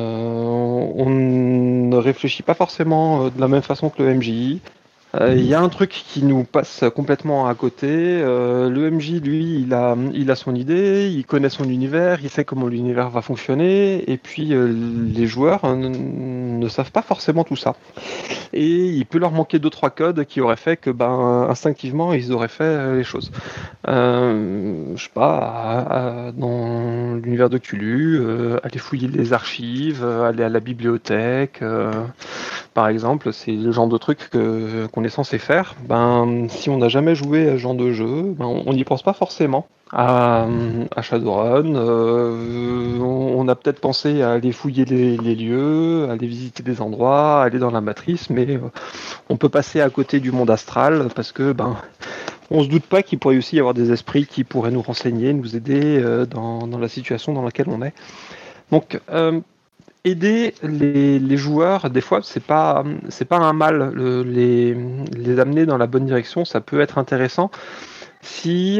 euh, on ne réfléchit pas forcément euh, de la même façon que le M J. Il euh, y a un truc qui nous passe complètement à côté. Euh, le M J, lui, il a, il a son idée, il connaît son univers, il sait comment l'univers va fonctionner, et puis euh, les joueurs euh, ne, ne savent pas forcément tout ça. Et il peut leur manquer deux trois codes qui auraient fait que, ben, instinctivement, ils auraient fait euh, les choses. Euh, je sais pas, à, à, dans l'univers de Cthulhu, euh, aller fouiller les archives, euh, aller à la bibliothèque. Euh, Par exemple, c'est le genre de truc que, qu'on est censé faire. Ben, si on n'a jamais joué à ce genre de jeu, ben, on n'y pense pas forcément. À, à Shadowrun, euh, on a peut-être pensé à aller fouiller les, les lieux, à aller visiter des endroits, aller dans la matrice, mais euh, on peut passer à côté du monde astral parce que ben, on se doute pas qu'il pourrait aussi y avoir des esprits qui pourraient nous renseigner, nous aider euh, dans, dans la situation dans laquelle on est. Donc euh, aider les, les joueurs, des fois, c'est pas c'est pas un mal. Le, les, les amener dans la bonne direction, ça peut être intéressant si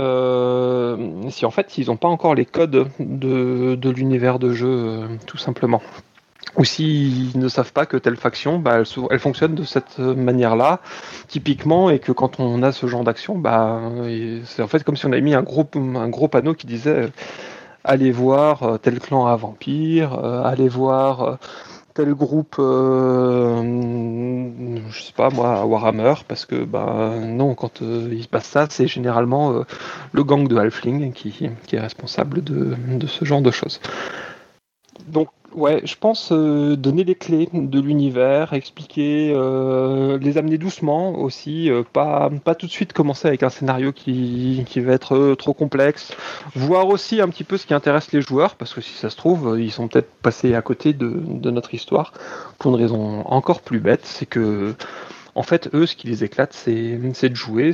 euh, si en fait ils n'ont pas encore les codes de, de l'univers de jeu, euh, tout simplement. Ou s'ils ne savent pas que telle faction, bah, elle, elle fonctionne de cette manière-là, typiquement, et que quand on a ce genre d'action, bah, c'est en fait comme si on avait mis un gros, un gros panneau qui disait allez voir euh, tel clan à vampire, euh, allez voir euh, tel groupe, euh, je sais pas moi, à Warhammer, parce que bah non, quand euh, il se passe ça, c'est généralement euh, le gang de Halfling qui, qui est responsable de, de ce genre de choses. Donc ouais, je pense euh, donner les clés de l'univers, expliquer, euh, les amener doucement aussi, euh, pas, pas tout de suite commencer avec un scénario qui, qui va être euh, trop complexe, voir aussi un petit peu ce qui intéresse les joueurs, parce que si ça se trouve, ils sont peut-être passés à côté de, de notre histoire, pour une raison encore plus bête, c'est que en fait, eux, ce qui les éclate, c'est, c'est de jouer,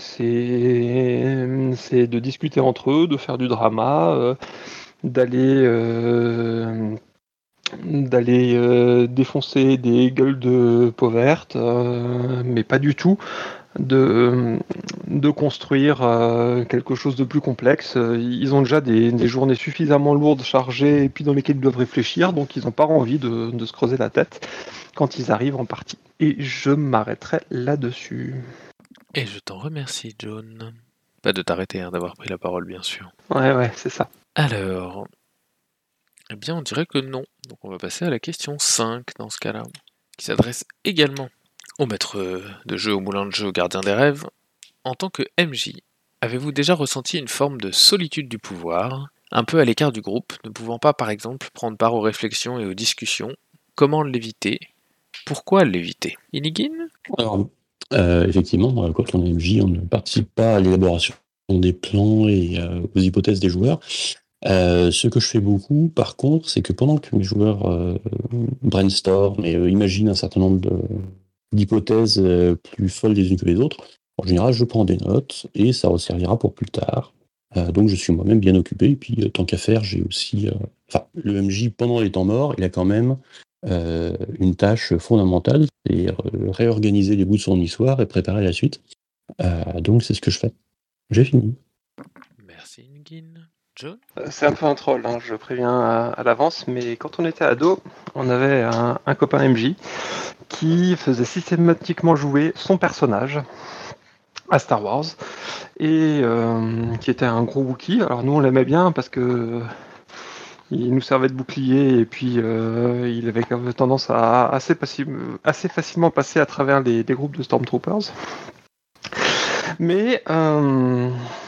c'est, c'est de discuter entre eux, de faire du drama, euh, d'aller... Euh, d'aller euh, défoncer des gueules de peau verte, euh, mais pas du tout de, de construire euh, quelque chose de plus complexe. Ils ont déjà des, des journées suffisamment lourdes, chargées, et puis dans lesquelles ils doivent réfléchir, donc ils n'ont pas envie de, de se creuser la tête quand ils arrivent en partie. Et je m'arrêterai là-dessus. Et je t'en remercie, John. Pas de t'arrêter, hein, d'avoir pris la parole, bien sûr. Ouais, ouais, c'est ça. Alors... Eh bien, on dirait que non. Donc on va passer à la question cinq dans ce cas-là, qui s'adresse également au maître de jeu, au moulin de jeu, au gardien des rêves. En tant que M J, avez-vous déjà ressenti une forme de solitude du pouvoir, un peu à l'écart du groupe, ne pouvant pas par exemple prendre part aux réflexions et aux discussions? Comment l'éviter? Pourquoi l'éviter? Inigine? Alors, euh, effectivement, quand on est M J, on ne participe pas à l'élaboration des plans et euh, aux hypothèses des joueurs. Euh, ce que je fais beaucoup, par contre, c'est que pendant que mes joueurs euh, brainstorment et euh, imaginent un certain nombre de, d'hypothèses euh, plus folles les unes que les autres, en général, je prends des notes et ça resservira pour plus tard. Euh, donc, je suis moi-même bien occupé. Et puis, euh, tant qu'à faire, j'ai aussi... Euh, enfin, le M J, pendant les temps morts, il a quand même euh, une tâche fondamentale, c'est euh, réorganiser les bouts de son histoire et préparer la suite. Euh, donc, c'est ce que je fais. J'ai fini. Merci, Inigine. John? C'est un peu un troll, hein, je préviens à, à l'avance, mais quand on était ado, on avait un, un copain M J qui faisait systématiquement jouer son personnage à Star Wars et euh, qui était un gros Wookie. Alors nous on l'aimait bien parce que il nous servait de bouclier et puis euh, il avait tendance à assez, passi- assez facilement passer à travers les, les groupes de Stormtroopers. Mais euh,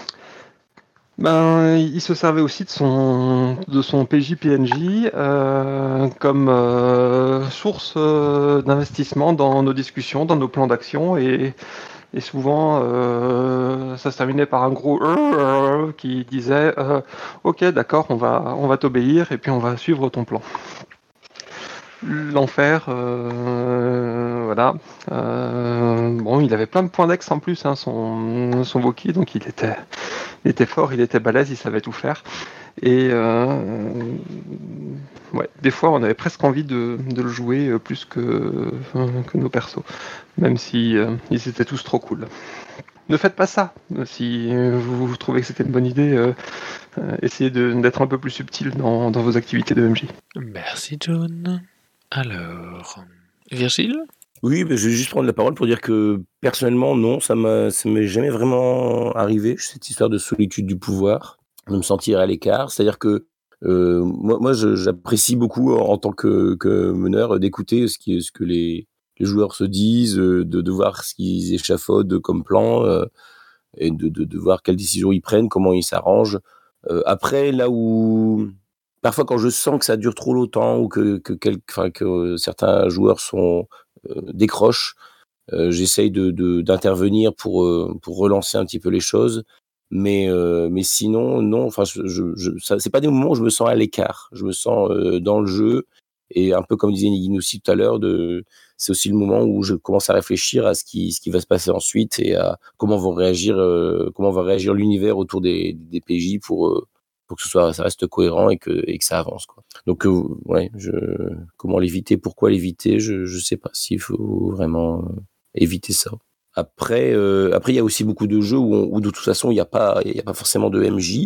ben, il se servait aussi de son, de son P J P N J euh, comme euh, source euh, d'investissement dans nos discussions, dans nos plans d'action, et, et souvent euh, ça se terminait par un gros euh, qui disait euh, ok d'accord, on va, on va t'obéir et puis on va suivre ton plan. l'enfer, euh, voilà. Euh, bon, il avait plein de points d'ex en plus, hein, son, son Wookie, donc il était, il était fort, il était balèze, il savait tout faire. Et euh, ouais, des fois, on avait presque envie de, de le jouer plus que, que nos persos, même si euh, ils étaient tous trop cool. Ne faites pas ça. Si vous, vous trouvez que c'était une bonne idée, euh, euh, essayez de, d'être un peu plus subtil dans, dans vos activités de M J. Merci John. Alors, Virgile ? Oui, bah, je vais juste prendre la parole pour dire que personnellement, non, ça m'a, ça m'est jamais vraiment arrivé, cette histoire de solitude du pouvoir, de me sentir à l'écart. C'est-à-dire que euh, moi, moi je, j'apprécie beaucoup en, en tant que, que meneur d'écouter ce, qui, ce que les, les joueurs se disent, de, de voir ce qu'ils échafaudent comme plan, euh, et de, de, de voir quelles décisions ils prennent, comment ils s'arrangent. Euh, après, là où parfois quand je sens que ça dure trop longtemps ou que, que, quel, enfin, que certains joueurs sont euh, décrochent, euh, j'essaye de, de, d'intervenir pour, euh, pour relancer un petit peu les choses. Mais, euh, mais sinon, non, enfin, je, je, je, ça, c'est pas des moments où je me sens à l'écart. Je me sens euh, dans le jeu. Et un peu comme disait Niginoussi tout à l'heure, de, c'est aussi le moment où je commence à réfléchir à ce qui, ce qui va se passer ensuite et à comment vont réagir, euh, comment va réagir l'univers autour des, des P J pour, euh, pour que ce soit, ça reste cohérent et que, et que ça avance, quoi. Donc, euh, ouais, je, comment l'éviter, pourquoi l'éviter, je, je sais pas s'il faut vraiment euh, éviter ça. Après, euh, après, il y a aussi beaucoup de jeux où, on, où de toute façon, il n'y a pas, il y a pas forcément de M J.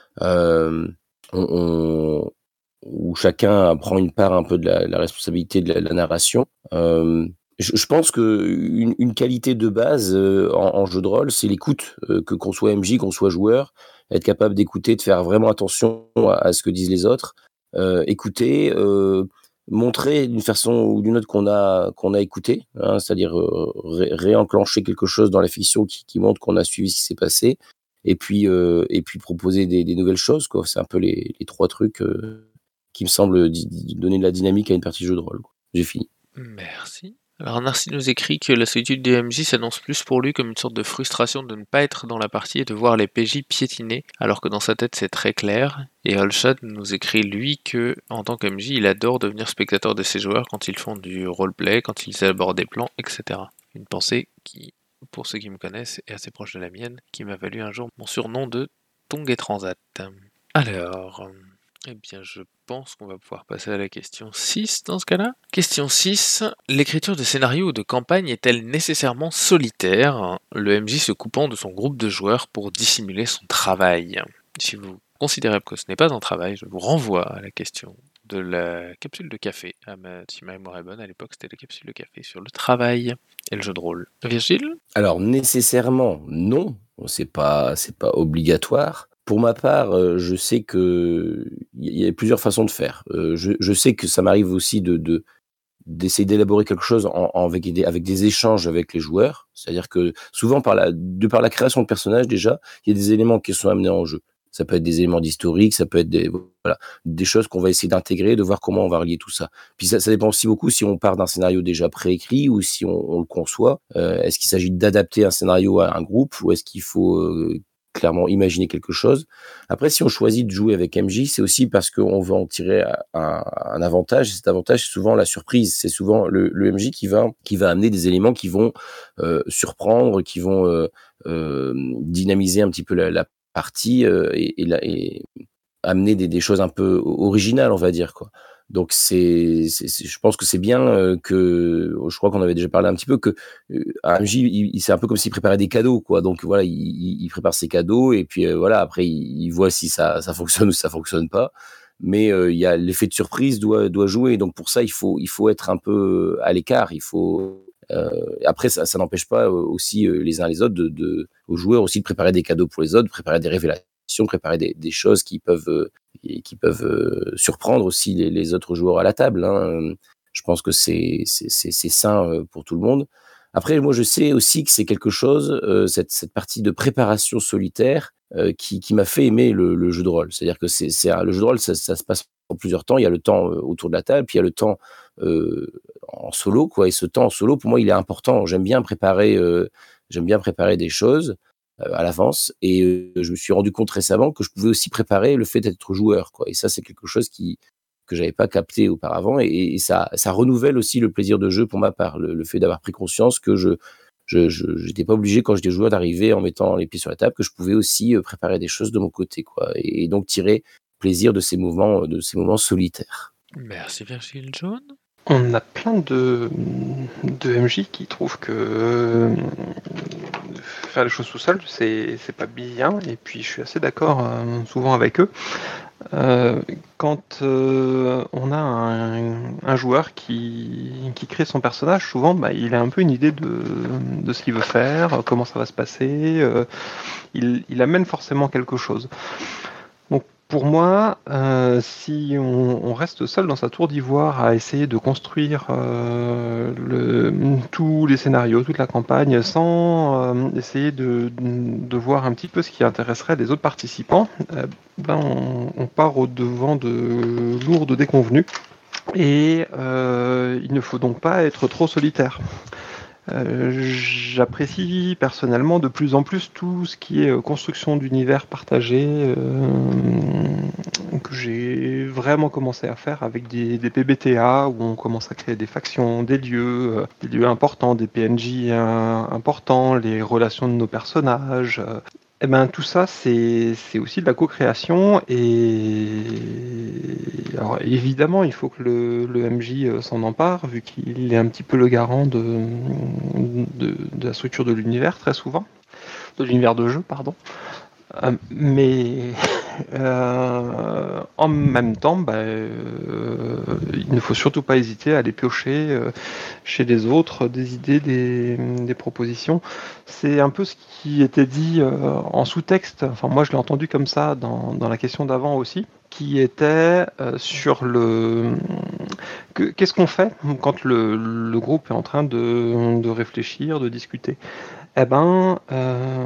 Euh, on, on, où chacun prend une part un peu de la, la responsabilité de la, la narration. Euh, je, je pense que une, une qualité de base euh, en, en jeu de rôle, c'est l'écoute, euh, que qu'on soit M J, qu'on soit joueur, être capable d'écouter, de faire vraiment attention à, à ce que disent les autres, euh, écouter, euh, montrer d'une façon ou d'une autre qu'on a qu'on a écouté, hein, c'est-à-dire euh, ré, réenclencher quelque chose dans la fiction qui, qui montre qu'on a suivi ce qui s'est passé, et puis euh, et puis proposer des, des nouvelles choses, quoi. C'est un peu les, les trois trucs euh, qui me semble di- di- donner de la dynamique à une partie de jeu de rôle, quoi. J'ai fini. Merci. Alors Narcy nous écrit que la solitude du M J s'annonce plus pour lui comme une sorte de frustration de ne pas être dans la partie et de voir les P J piétiner, alors que dans sa tête c'est très clair. Et Holshad nous écrit lui que, en tant qu'M J, il adore devenir spectateur de ses joueurs quand ils font du roleplay, quand ils élaborent des plans, et cetera. Une pensée qui, pour ceux qui me connaissent, est assez proche de la mienne, qui m'a valu un jour mon surnom de Tongue et Transat. Alors... Eh bien, je pense qu'on va pouvoir passer à la question six dans ce cas-là. Question six. L'écriture de scénario ou de campagne est-elle nécessairement solitaire, le M J se coupant de son groupe de joueurs pour dissimuler son travail? Si vous considérez que ce n'est pas un travail, je vous renvoie à la question de la capsule de café. Ah, ma, si ma mémoire est bonne, à l'époque, c'était la capsule de café sur le travail et le jeu de rôle. Virgile? Alors, nécessairement, non. C'est pas, c'est pas obligatoire. Pour ma part, euh, je sais que il y a plusieurs façons de faire. Euh, je, je sais que ça m'arrive aussi de, de d'essayer d'élaborer quelque chose en, en- avec, des, avec des échanges avec les joueurs. C'est-à-dire que souvent, par la, de par la création de personnages, déjà, il y a des éléments qui sont amenés en jeu. Ça peut être des éléments d'historique, ça peut être des, voilà, des choses qu'on va essayer d'intégrer, de voir comment on va relier tout ça. Puis ça, ça dépend aussi beaucoup si on part d'un scénario déjà préécrit ou si on, on le conçoit. Euh, est-ce qu'il s'agit d'adapter un scénario à un groupe ou est-ce qu'il faut euh, clairement imaginer quelque chose? Après, si on choisit de jouer avec M J, c'est aussi parce qu'on veut en tirer un, un avantage. Et cet avantage, c'est souvent la surprise. C'est souvent le, le M J qui va, qui va amener des éléments qui vont euh, surprendre, qui vont euh, euh, dynamiser un petit peu la, la partie euh, et, et, la, et amener des, des choses un peu originales, on va dire, quoi. Donc c'est, c'est, c'est- je pense que c'est bien euh, que, je crois qu'on avait déjà parlé un petit peu que euh, un M J, il, il- c'est un peu comme s'il préparait des cadeaux, quoi. Donc voilà, il, il il prépare ses cadeaux et puis euh, voilà, après il, il voit si ça, ça fonctionne ou si ça fonctionne pas. Mais euh, il y a l'effet de surprise doit, doit jouer. Donc pour ça, il faut, il faut être un peu à l'écart. Il faut euh, après ça, ça n'empêche pas euh, aussi euh, les uns les autres de, de, aux joueurs aussi de préparer des cadeaux pour les autres, de préparer des révélations, préparer des, des choses qui peuvent euh, et qui peuvent euh, surprendre aussi les, les autres joueurs à la table, hein. Je pense que c'est c'est c'est c'est sain euh, pour tout le monde. Après, moi, je sais aussi que c'est quelque chose, euh, cette cette partie de préparation solitaire, euh, qui qui m'a fait aimer le, le jeu de rôle. C'est-à-dire que c'est c'est un- le jeu de rôle, ça, ça se passe en plusieurs temps. Il y a le temps euh, autour de la table, puis il y a le temps euh, en solo, quoi. Et ce temps en solo, pour moi, il est important. J'aime bien préparer, euh, j'aime bien préparer des choses euh, à l'avance. Et euh, je me suis rendu compte récemment que je pouvais aussi préparer le fait d'être joueur, quoi. Et ça, c'est quelque chose qui, que j'avais pas capté auparavant, et, et ça, ça renouvelle aussi le plaisir de jeu pour ma part, le, le fait d'avoir pris conscience que je je, je j'étais pas obligé quand j'étais joueur d'arriver en mettant les pieds sur la table, que je pouvais aussi euh, préparer des choses de mon côté, quoi, et, et donc tirer plaisir de ces mouvements, de ces moments solitaires. Merci Virgile Jaune. On a plein de, de M J qui trouvent que euh, faire les choses tout seul, c'est, c'est pas bien, et puis je suis assez d'accord euh, souvent avec eux. Euh, quand euh, on a un, un joueur qui, qui crée son personnage, souvent bah, il a un peu une idée de, de ce qu'il veut faire, comment ça va se passer, euh, il, il amène forcément quelque chose. Donc pour moi, euh, si on, on reste seul dans sa tour d'ivoire à essayer de construire euh, le, tous les scénarios, toute la campagne, sans euh, essayer de, de voir un petit peu ce qui intéresserait les autres participants, euh, ben on, on part au-devant de lourdes déconvenues. Et euh, il ne faut donc pas être trop solitaire. Euh, j'apprécie personnellement de plus en plus tout ce qui est construction d'univers partagé, euh, que j'ai vraiment commencé à faire avec des, des P B T A, où on commence à créer des factions, des lieux, euh, des lieux importants, des P N J euh, importants, les relations de nos personnages. Euh, Eh ben, tout ça, c'est, c'est aussi de la co-création, et alors évidemment, il faut que le, le M J s'en empare, vu qu'il est un petit peu le garant de, de, de la structure de l'univers, très souvent, de l'univers de jeu, pardon. Euh, mais euh, en même temps, bah, euh, il ne faut surtout pas hésiter à aller piocher euh, chez les autres des idées, des, des propositions. C'est un peu ce qui était dit euh, en sous-texte, enfin moi je l'ai entendu comme ça dans, dans la question d'avant aussi, qui était euh, sur le... Que, qu'est-ce qu'on fait quand le, le groupe est en train de, de réfléchir, de discuter? Eh ben, euh,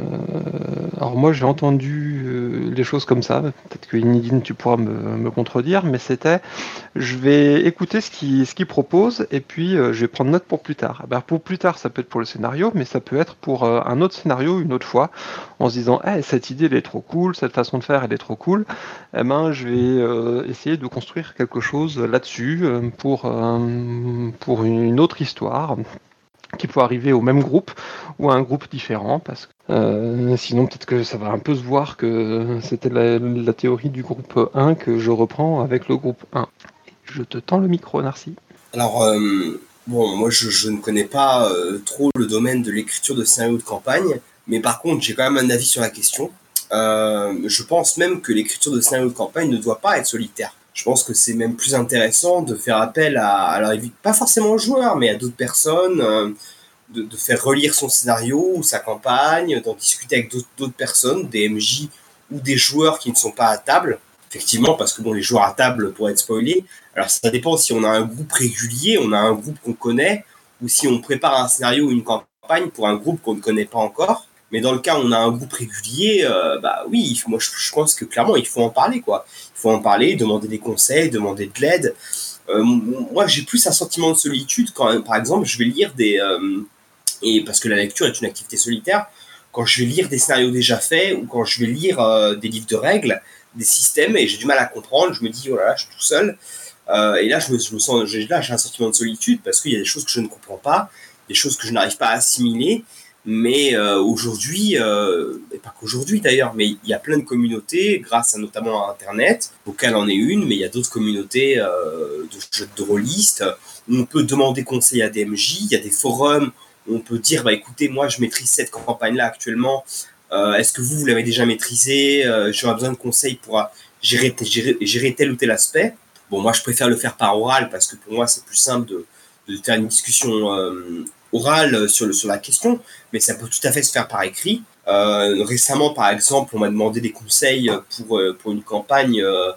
alors moi j'ai entendu euh, les choses comme ça, peut-être que Inidine tu pourras me, me contredire, mais c'était, je vais écouter ce qu'il ce qu'il propose, et puis euh, je vais prendre note pour plus tard. Eh ben, pour plus tard, ça peut être pour le scénario, mais ça peut être pour euh, un autre scénario une autre fois, en se disant hey, cette idée elle est trop cool, cette façon de faire elle est trop cool. Eh ben, je vais euh, essayer de construire quelque chose là-dessus euh, pour, euh, pour une autre histoire qui peut arriver au même groupe ou à un groupe différent, parce que euh, sinon peut-être que ça va un peu se voir que c'était la, la théorie du groupe un que je reprends avec le groupe un. Je te tends le micro, Narcy. Alors, euh, bon, moi je, je ne connais pas euh, trop le domaine de l'écriture de scénarios de campagne, mais par contre j'ai quand même un avis sur la question. Euh, je pense même que l'écriture de scénarios de campagne ne doit pas être solitaire. Je pense que c'est même plus intéressant de faire appel à, alors pas forcément aux joueurs, mais à d'autres personnes, euh, de, de faire relire son scénario ou sa campagne, d'en discuter avec d'autres, d'autres personnes, des M J ou des joueurs qui ne sont pas à table. Effectivement, parce que bon, les joueurs à table pourraient être spoilés. Alors ça dépend si on a un groupe régulier, on a un groupe qu'on connaît, ou si on prépare un scénario ou une campagne pour un groupe qu'on ne connaît pas encore. Mais dans le cas où on a un groupe régulier, euh, bah oui, moi je, je pense que clairement il faut en parler, quoi. Il faut en parler, demander des conseils, demander de l'aide. Euh, moi j'ai plus un sentiment de solitude quand, par exemple, je vais lire des... Euh, et parce que la lecture est une activité solitaire, quand je vais lire des scénarios déjà faits, ou quand je vais lire euh, des livres de règles, des systèmes, et j'ai du mal à comprendre, je me dis, oh là là, je suis tout seul. Euh, et là, je me, je me sens, j'ai, là, j'ai un sentiment de solitude, parce qu'il y a des choses que je ne comprends pas, des choses que je n'arrive pas à assimiler. Mais euh, aujourd'hui, euh, et pas qu'aujourd'hui d'ailleurs, mais il y a plein de communautés, grâce à notamment à Internet, Vocal en est une, mais il y a d'autres communautés euh, de jeux de rôlistes, où on peut demander conseil à des M J, il y a des forums où on peut dire, bah écoutez, moi je maîtrise cette campagne-là actuellement, euh, est-ce que vous, vous l'avez déjà maîtrisée, euh, j'aurais besoin de conseils pour uh, gérer, gérer, gérer tel ou tel aspect. Bon, moi je préfère le faire par oral, parce que pour moi c'est plus simple de, de faire une discussion euh, orale sur, le, sur la question, mais ça peut tout à fait se faire par écrit. Euh, récemment, par exemple, on m'a demandé des conseils pour, pour une campagne euh,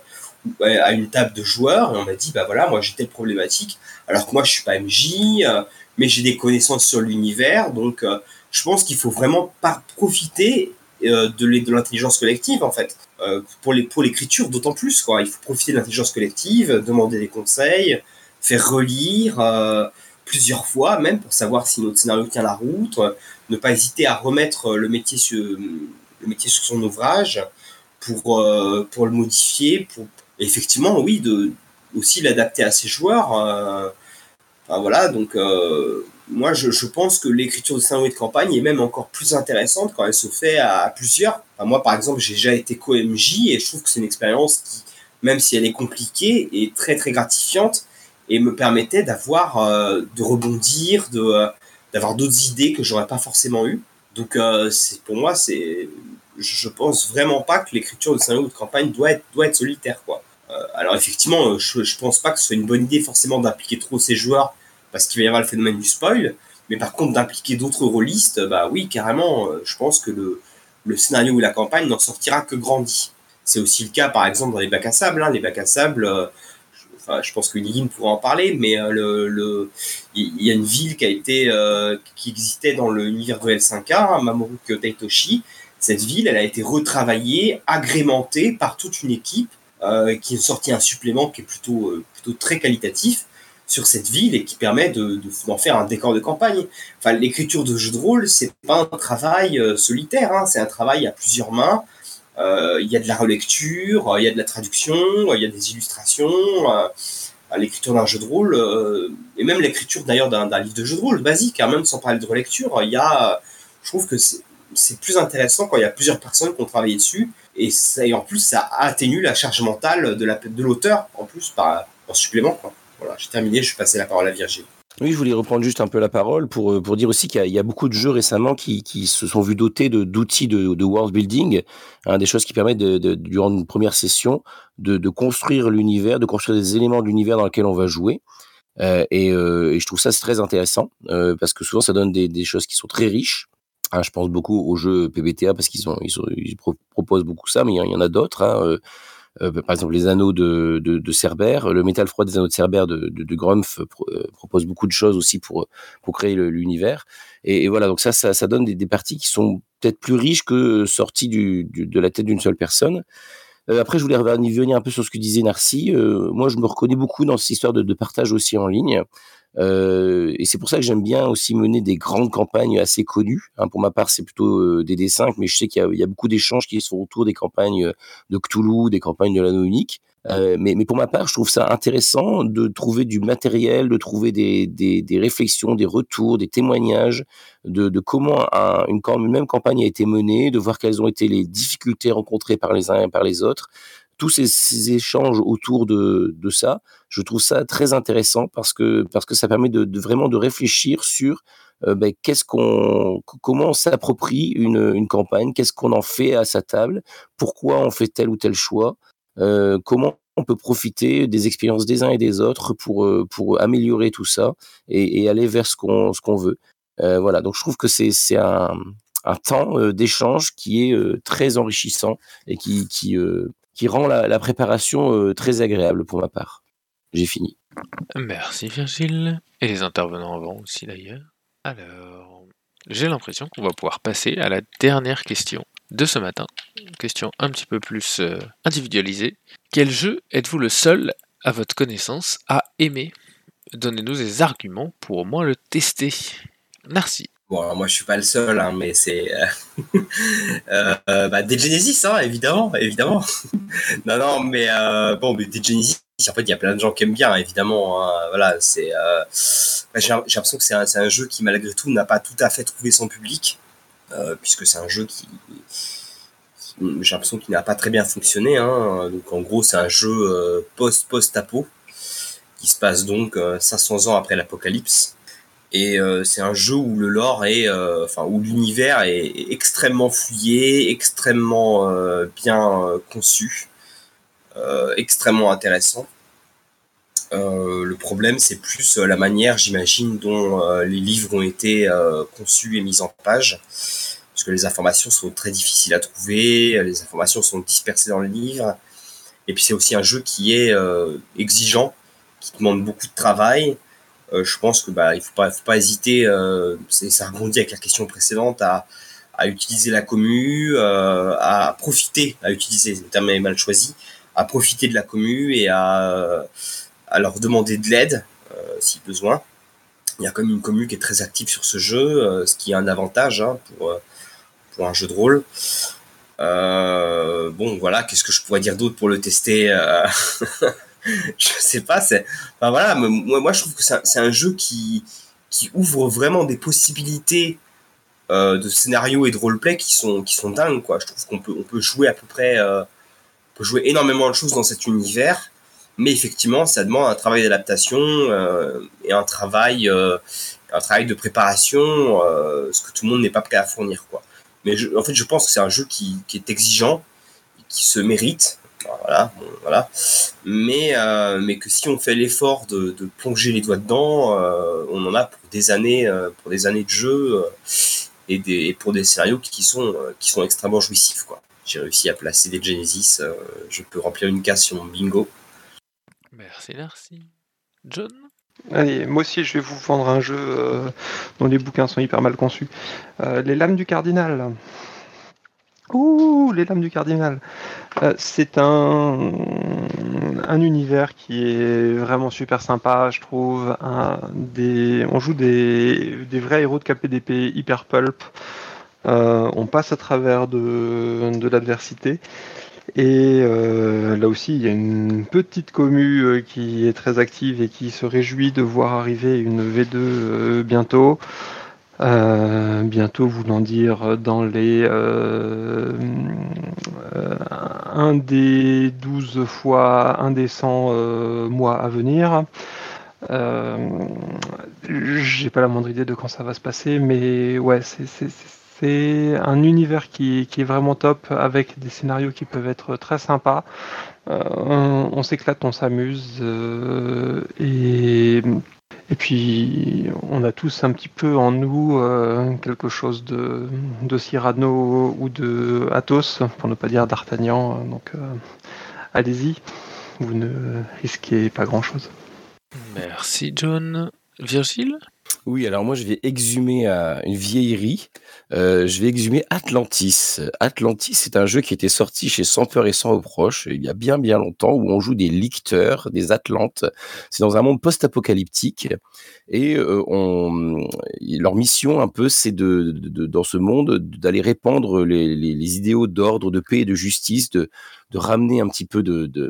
à une table de joueurs, et on m'a dit, bah voilà, moi j'ai telle problématique, alors que moi je suis pas M J, euh, mais j'ai des connaissances sur l'univers, donc euh, je pense qu'il faut vraiment pas profiter euh, de, de l'intelligence collective, en fait. Euh, pour, les, pour l'écriture, d'autant plus, quoi. Il faut profiter de l'intelligence collective, demander des conseils, faire relire euh, plusieurs fois, même pour savoir si notre scénario tient la route, euh, ne pas hésiter à remettre le métier sur, le métier sur son ouvrage pour, euh, pour le modifier, pour effectivement, oui, de, aussi l'adapter à ses joueurs. Euh, enfin, voilà, donc euh, moi je, je pense que l'écriture de scénario de campagne est même encore plus intéressante quand elle se fait à, à plusieurs. Enfin, moi par exemple j'ai déjà été co-M J et je trouve que c'est une expérience qui, même si elle est compliquée, est très très gratifiante et me permettait d'avoir, euh, de rebondir, de, euh, d'avoir d'autres idées que j'aurais pas forcément eues. Donc euh, c'est, pour moi, c'est, je pense vraiment pas que l'écriture de scénario de campagne doit être, doit être solitaire, quoi. Euh, alors effectivement, je, je pense pas que ce soit une bonne idée forcément d'impliquer trop ces joueurs parce qu'il va y avoir le phénomène du spoil. Mais par contre, d'impliquer d'autres rôlistes, bah oui, carrément, euh, je pense que le, le scénario ou la campagne n'en sortira que grandi. C'est aussi le cas, par exemple, dans les bacs à sable. Hein. Les bacs à sable, euh, je, enfin, je pense que Lily pourra en parler, mais euh, le, le, il y a une ville qui a été, euh, qui existait dans l'univers de L cinq A, hein, Mamoru Taitoshi. Cette ville, elle a été retravaillée, agrémentée par toute une équipe euh, qui a sorti un supplément qui est plutôt, euh, plutôt très qualitatif sur cette ville et qui permet de, de, d'en faire un décor de campagne. Enfin, l'écriture de jeux de rôle, c'est pas un travail euh, solitaire, hein, c'est un travail à plusieurs mains. Il euh, y a de la relecture, il y a de la traduction, il y a des illustrations, euh, l'écriture d'un jeu de rôle, euh, et même l'écriture d'ailleurs d'un, d'un livre de jeu de rôle basique, hein, même sans parler de relecture, il y a, je trouve que c'est, c'est plus intéressant quand il y a plusieurs personnes qui ont travaillé dessus, et, ça, et en plus ça atténue la charge mentale de, la, de l'auteur, en plus, par, en supplément, quoi. Voilà, j'ai terminé, je vais passer la parole à Virgile. Oui, je voulais reprendre juste un peu la parole pour, pour dire aussi qu'il y a, il y a beaucoup de jeux récemment qui, qui se sont vus dotés de, d'outils de, de world building, hein, des choses qui permettent, de, de, durant une première session, de, de construire l'univers, de construire des éléments de l'univers dans lequel on va jouer. Euh, et, euh, et je trouve ça c'est très intéressant, euh, parce que souvent ça donne des, des choses qui sont très riches. Hein, je pense beaucoup aux jeux P B T A parce qu'ils, ont, ils, ont, ils pro- proposent beaucoup ça, mais il y, il y en a d'autres. Hein, euh, Euh, par exemple, les anneaux de, de, de Cerbère, le métal froid des anneaux de Cerbère de, de, de Grumpf pro, euh, propose beaucoup de choses aussi pour, pour créer le, l'univers. Et, et voilà, donc ça, ça, ça donne des, des parties qui sont peut-être plus riches que sorties du, du, de la tête d'une seule personne. Euh, après, je voulais revenir un peu sur ce que disait Narcy. Euh, moi, je me reconnais beaucoup dans cette histoire de, de partage aussi en ligne. Euh, et c'est pour ça que j'aime bien aussi mener des grandes campagnes assez connues. Hein, pour ma part, c'est plutôt euh, des D cinq, mais je sais qu'il y a, il y a beaucoup d'échanges qui sont autour des campagnes de Cthulhu, des campagnes de l'anneau unique. Euh, mais, mais pour ma part, je trouve ça intéressant de trouver du matériel, de trouver des, des, des réflexions, des retours, des témoignages de, de comment un, une, une même campagne a été menée, de voir quelles ont été les difficultés rencontrées par les uns et par les autres. Tous ces, ces échanges autour de, de ça, je trouve ça très intéressant parce que, parce que ça permet de, de vraiment de réfléchir sur euh, ben, qu'est-ce qu'on, comment on s'approprie une, une campagne, qu'est-ce qu'on en fait à sa table, pourquoi on fait tel ou tel choix, euh, comment on peut profiter des expériences des uns et des autres pour, pour améliorer tout ça et, et aller vers ce qu'on, ce qu'on veut. Euh, voilà, donc je trouve que c'est, c'est un, un temps euh, d'échange qui est euh, très enrichissant et qui, qui, euh, qui rend la, la préparation euh, très agréable pour ma part. J'ai fini. Merci Virgile. Et les intervenants avant aussi d'ailleurs. Alors, j'ai l'impression qu'on va pouvoir passer à la dernière question de ce matin. Une question un petit peu plus euh, individualisée. Quel jeu êtes-vous le seul, à votre connaissance, à aimer ? Donnez-nous des arguments pour au moins le tester. Merci. Bon, alors moi je suis pas le seul, hein, mais c'est euh, euh, bah, Dead Genesis, hein, évidemment, évidemment. non, non, mais euh, bon, mais Dead Genesis, en fait, il y a plein de gens qui aiment bien, évidemment. Hein, voilà, c'est. Euh, bah, j'ai, j'ai l'impression que c'est un, c'est un jeu qui, malgré tout, n'a pas tout à fait trouvé son public, euh, puisque c'est un jeu qui, qui, j'ai l'impression qu'il n'a pas très bien fonctionné. Hein, donc, en gros, c'est un jeu euh, post post apo qui se passe donc euh, cinq cents ans après l'apocalypse. Et euh, c'est un jeu où le lore est, euh, enfin où l'univers est, est extrêmement fouillé, extrêmement euh, bien euh, conçu, euh, extrêmement intéressant. Euh, le problème, c'est plus euh, la manière, j'imagine, dont euh, les livres ont été euh, conçus et mis en page, parce que les informations sont très difficiles à trouver, les informations sont dispersées dans le livre, et puis c'est aussi un jeu qui est euh, exigeant, qui demande beaucoup de travail. Euh, je pense que bah il faut pas faut pas hésiter, euh, c'est, ça rebondit avec la question précédente, à à utiliser la commu, euh, à profiter, à utiliser, le terme est mal choisi, à profiter de la commu et à à leur demander de l'aide euh, si besoin. Il y a comme une commu qui est très active sur ce jeu, euh, ce qui est un avantage, hein, pour pour un jeu de rôle. Euh, bon voilà, qu'est-ce que je pourrais dire d'autre pour le tester? euh... je sais pas, c'est, enfin voilà, moi, moi je trouve que c'est un, c'est un jeu qui, qui ouvre vraiment des possibilités euh, de scénario et de roleplay qui sont, qui sont dingues, quoi. Je trouve qu'on peut, on peut jouer à peu près, euh, on peut jouer énormément de choses dans cet univers, mais effectivement, ça demande un travail d'adaptation euh, et un travail, euh, un travail de préparation, euh, ce que tout le monde n'est pas prêt à fournir, quoi. Mais je, en fait, je pense que c'est un jeu qui, qui est exigeant, qui se mérite. Voilà, bon, voilà. Mais, euh, mais que si on fait l'effort de, de plonger les doigts dedans, euh, on en a pour des années, euh, pour des années de jeu euh, et, des, et pour des scénarios qui sont, euh, qui sont extrêmement jouissifs, quoi. J'ai réussi à placer des Genesis, euh, je peux remplir une case sur mon bingo. Merci, merci. John? Allez, moi aussi, je vais vous vendre un jeu euh, dont les bouquins sont hyper mal conçus. Euh, les Lames du Cardinal. Ouh, les Lames du Cardinal. Euh, c'est un, un univers qui est vraiment super sympa, je trouve. Un, des, on joue des, des vrais héros de K P D P hyper pulp. Euh, on passe à travers de, de l'adversité. Et euh, là aussi, il y a une petite commu euh, qui est très active et qui se réjouit de voir arriver une V deux euh, bientôt. Euh, bientôt voulant dire dans les euh, euh, un des douze fois indécents euh, mois à venir. Euh, j'ai pas la moindre idée de quand ça va se passer, mais ouais, c'est, c'est, c'est un univers qui, qui est vraiment top, avec des scénarios qui peuvent être très sympas. Euh, on, on s'éclate, on s'amuse, euh, et et puis, on a tous un petit peu en nous euh, quelque chose de, de Cyrano ou de Athos, pour ne pas dire d'Artagnan. Donc, euh, allez-y, vous ne risquez pas grand-chose. Merci, John. Virgile? Oui, alors moi je vais exhumer euh, une vieillerie. Euh, je vais exhumer Atlantis. Atlantis, c'est un jeu qui était sorti chez Sans Peur et Sans Reproche il y a bien bien longtemps, où on joue des licteurs, des Atlantes. C'est dans un monde post-apocalyptique, et euh, on, leur mission un peu, c'est de, de, de dans ce monde d'aller répandre les, les, les idéaux d'ordre, de paix et de justice, de, de ramener un petit peu de, de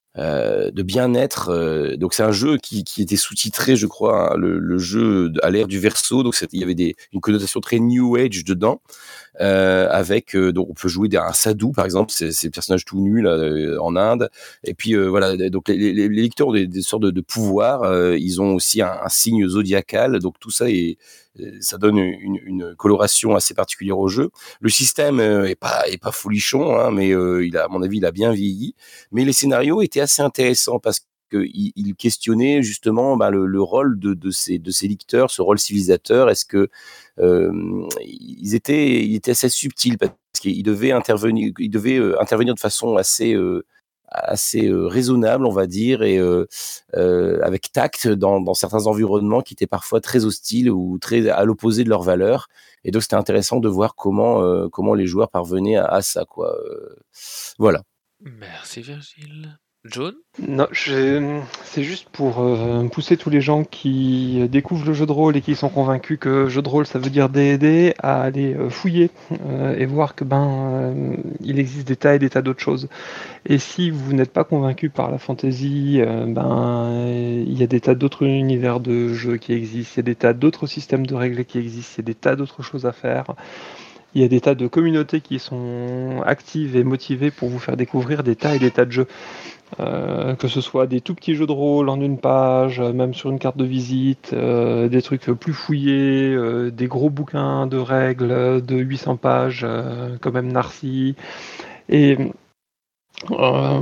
Euh, de bien-être. Euh, donc c'est un jeu qui, qui était sous-titré, je crois, hein, le, le jeu à l'ère du Verseau. Donc il y avait des, une connotation très New Age dedans. Euh, avec euh, donc on peut jouer un sadhu par exemple, c'est ces personnages tout nus là euh, en Inde, et puis euh, voilà, donc les, les, les lecteurs ont des, des sortes de, de pouvoirs, euh, ils ont aussi un, un signe zodiacal, donc tout ça est, ça donne une, une coloration assez particulière au jeu. Le système euh, est pas est pas folichon, hein, mais euh, il a, à mon avis, il a bien vieilli. Mais les scénarios étaient assez intéressants parce que il, il questionnait justement bah, le, le rôle de, de ces de ces lecteurs, ce rôle civilisateur. Est-ce que euh, ils étaient ils étaient assez subtils parce qu'ils devaient intervenir ils devaient euh, intervenir de façon assez euh, assez euh, raisonnable, on va dire, et euh, euh, avec tact dans, dans certains environnements qui étaient parfois très hostiles ou très à l'opposé de leurs valeurs. Et donc c'était intéressant de voir comment euh, comment les joueurs parvenaient à, à ça, quoi. Euh, voilà. Merci, Virgile. John? Non, je- c'est juste pour euh, pousser tous les gens qui découvrent le jeu de rôle et qui sont convaincus que jeu de rôle ça veut dire D et D, à aller euh, fouiller euh, et voir que ben euh, il existe des tas et des tas d'autres choses. Et si vous n'êtes pas convaincu par la fantasy, euh, ben il y a des tas d'autres univers de jeux qui existent, il y a des tas d'autres systèmes de règles qui existent, il y a des tas d'autres choses à faire. Il y a des tas de communautés qui sont actives et motivées pour vous faire découvrir des tas et des tas de jeux. Euh, que ce soit des tout petits jeux de rôle en une page, même sur une carte de visite, euh, des trucs plus fouillés, euh, des gros bouquins de règles de huit cents pages, euh, comme même Narcy. Et euh,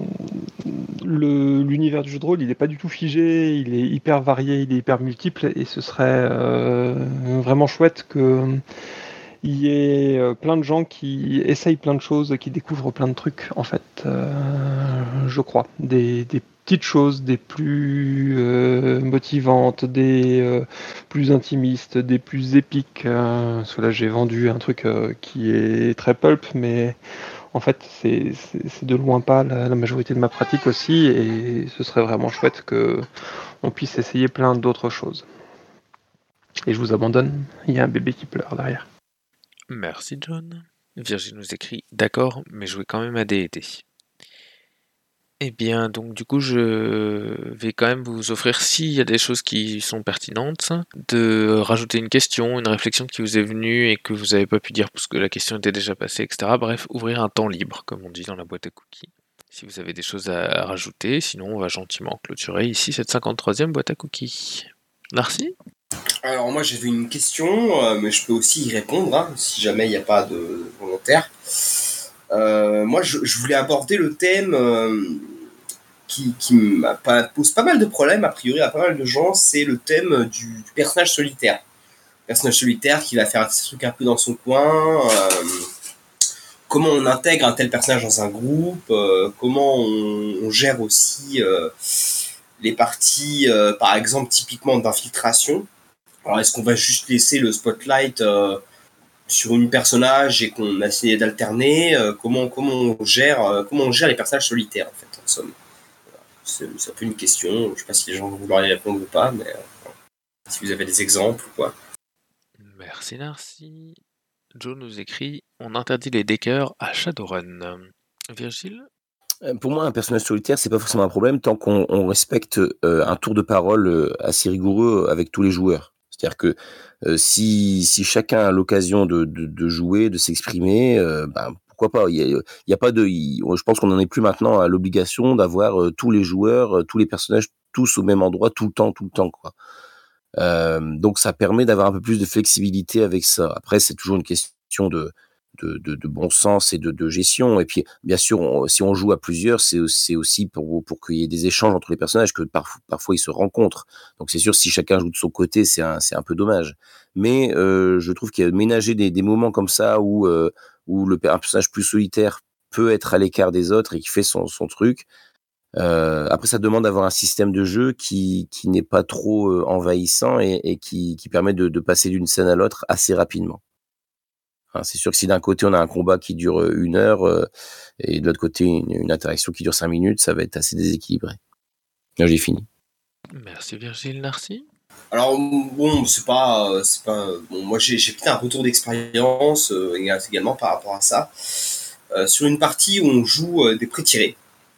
le, l'univers du jeu de rôle, il n'est pas du tout figé, il est hyper varié, il est hyper multiple, et ce serait euh, vraiment chouette que il y ait euh, plein de gens qui essayent plein de choses, qui découvrent plein de trucs, en fait, euh, je crois. Des, des petites choses, des plus euh, motivantes, des euh, plus intimistes, des plus épiques. Euh, parce que là, j'ai vendu un truc euh, qui est très pulp, mais en fait, c'est, c'est, c'est de loin pas la, la majorité de ma pratique aussi, et ce serait vraiment chouette que on puisse essayer plein d'autres choses. Et je vous abandonne, il y a un bébé qui pleure derrière. Merci, John. Virgile nous écrit « D'accord, mais jouez quand même à D et D ». Eh bien, donc du coup, je vais quand même vous offrir, s'il y a des choses qui sont pertinentes, de rajouter une question, une réflexion qui vous est venue et que vous n'avez pas pu dire parce que la question était déjà passée, et cetera. Bref, ouvrir un temps libre, comme on dit dans la boîte à cookies. Si vous avez des choses à rajouter, sinon on va gentiment clôturer ici cette cinquante-troisième boîte à cookies. Merci. Alors moi j'avais une question, euh, mais je peux aussi y répondre, hein, si jamais il n'y a pas de volontaire. Euh, moi je, je voulais aborder le thème euh, qui, qui m'a pas, pose pas mal de problèmes, a priori à pas mal de gens, c'est le thème du, du personnage solitaire. Personnage solitaire qui va faire des trucs un peu dans son coin, euh, comment on intègre un tel personnage dans un groupe, euh, comment on, on gère aussi euh, les parties, euh, par exemple typiquement d'infiltration. Alors, est-ce qu'on va juste laisser le spotlight euh, sur une personnage et qu'on a essayé d'alterner euh, comment, comment, on gère, euh, comment on gère les personnages solitaires, en fait, en somme. Voilà. C'est, c'est un peu une question. Je ne sais pas si les gens vont vouloir y répondre ou pas, mais euh, si vous avez des exemples ou quoi. Merci, merci. Joe nous écrit « On interdit les deckers à Shadowrun ». Virgile ? Pour moi, un personnage solitaire, c'est pas forcément un problème tant qu'on on respecte euh, un tour de parole euh, assez rigoureux avec tous les joueurs. C'est-à-dire que euh, si, si chacun a l'occasion de, de, de jouer, de s'exprimer, euh, ben, pourquoi pas. Il y a, il y a pas de, il, je pense qu'on n'en est plus maintenant à l'obligation d'avoir euh, tous les joueurs, euh, tous les personnages, tous au même endroit, tout le temps, tout le temps, quoi. Euh, donc ça permet d'avoir un peu plus de flexibilité avec ça. Après, c'est toujours une question de de, de, de bon sens et de, de gestion. Et puis, bien sûr, on, si on joue à plusieurs, c'est, c'est aussi pour, pour qu'il y ait des échanges entre les personnages, que parfois, parfois ils se rencontrent. Donc, c'est sûr, si chacun joue de son côté, c'est un, c'est un peu dommage. Mais euh, je trouve qu'il y a ménager des, des moments comme ça où, euh, où le un personnage plus solitaire peut être à l'écart des autres et qui fait son, son truc. Euh, après, ça demande d'avoir un système de jeu qui, qui n'est pas trop euh, envahissant et, et qui, qui permet de, de passer d'une scène à l'autre assez rapidement. Hein, c'est sûr que si d'un côté on a un combat qui dure une heure euh, et de l'autre côté une, une interaction qui dure cinq minutes, ça va être assez déséquilibré. Là, j'ai fini. Merci Virgile, merci. Alors bon, c'est pas, c'est pas. Bon, moi j'ai, j'ai peut-être un retour d'expérience euh, également par rapport à ça. Euh, sur une partie où on joue euh, des pré-tirés.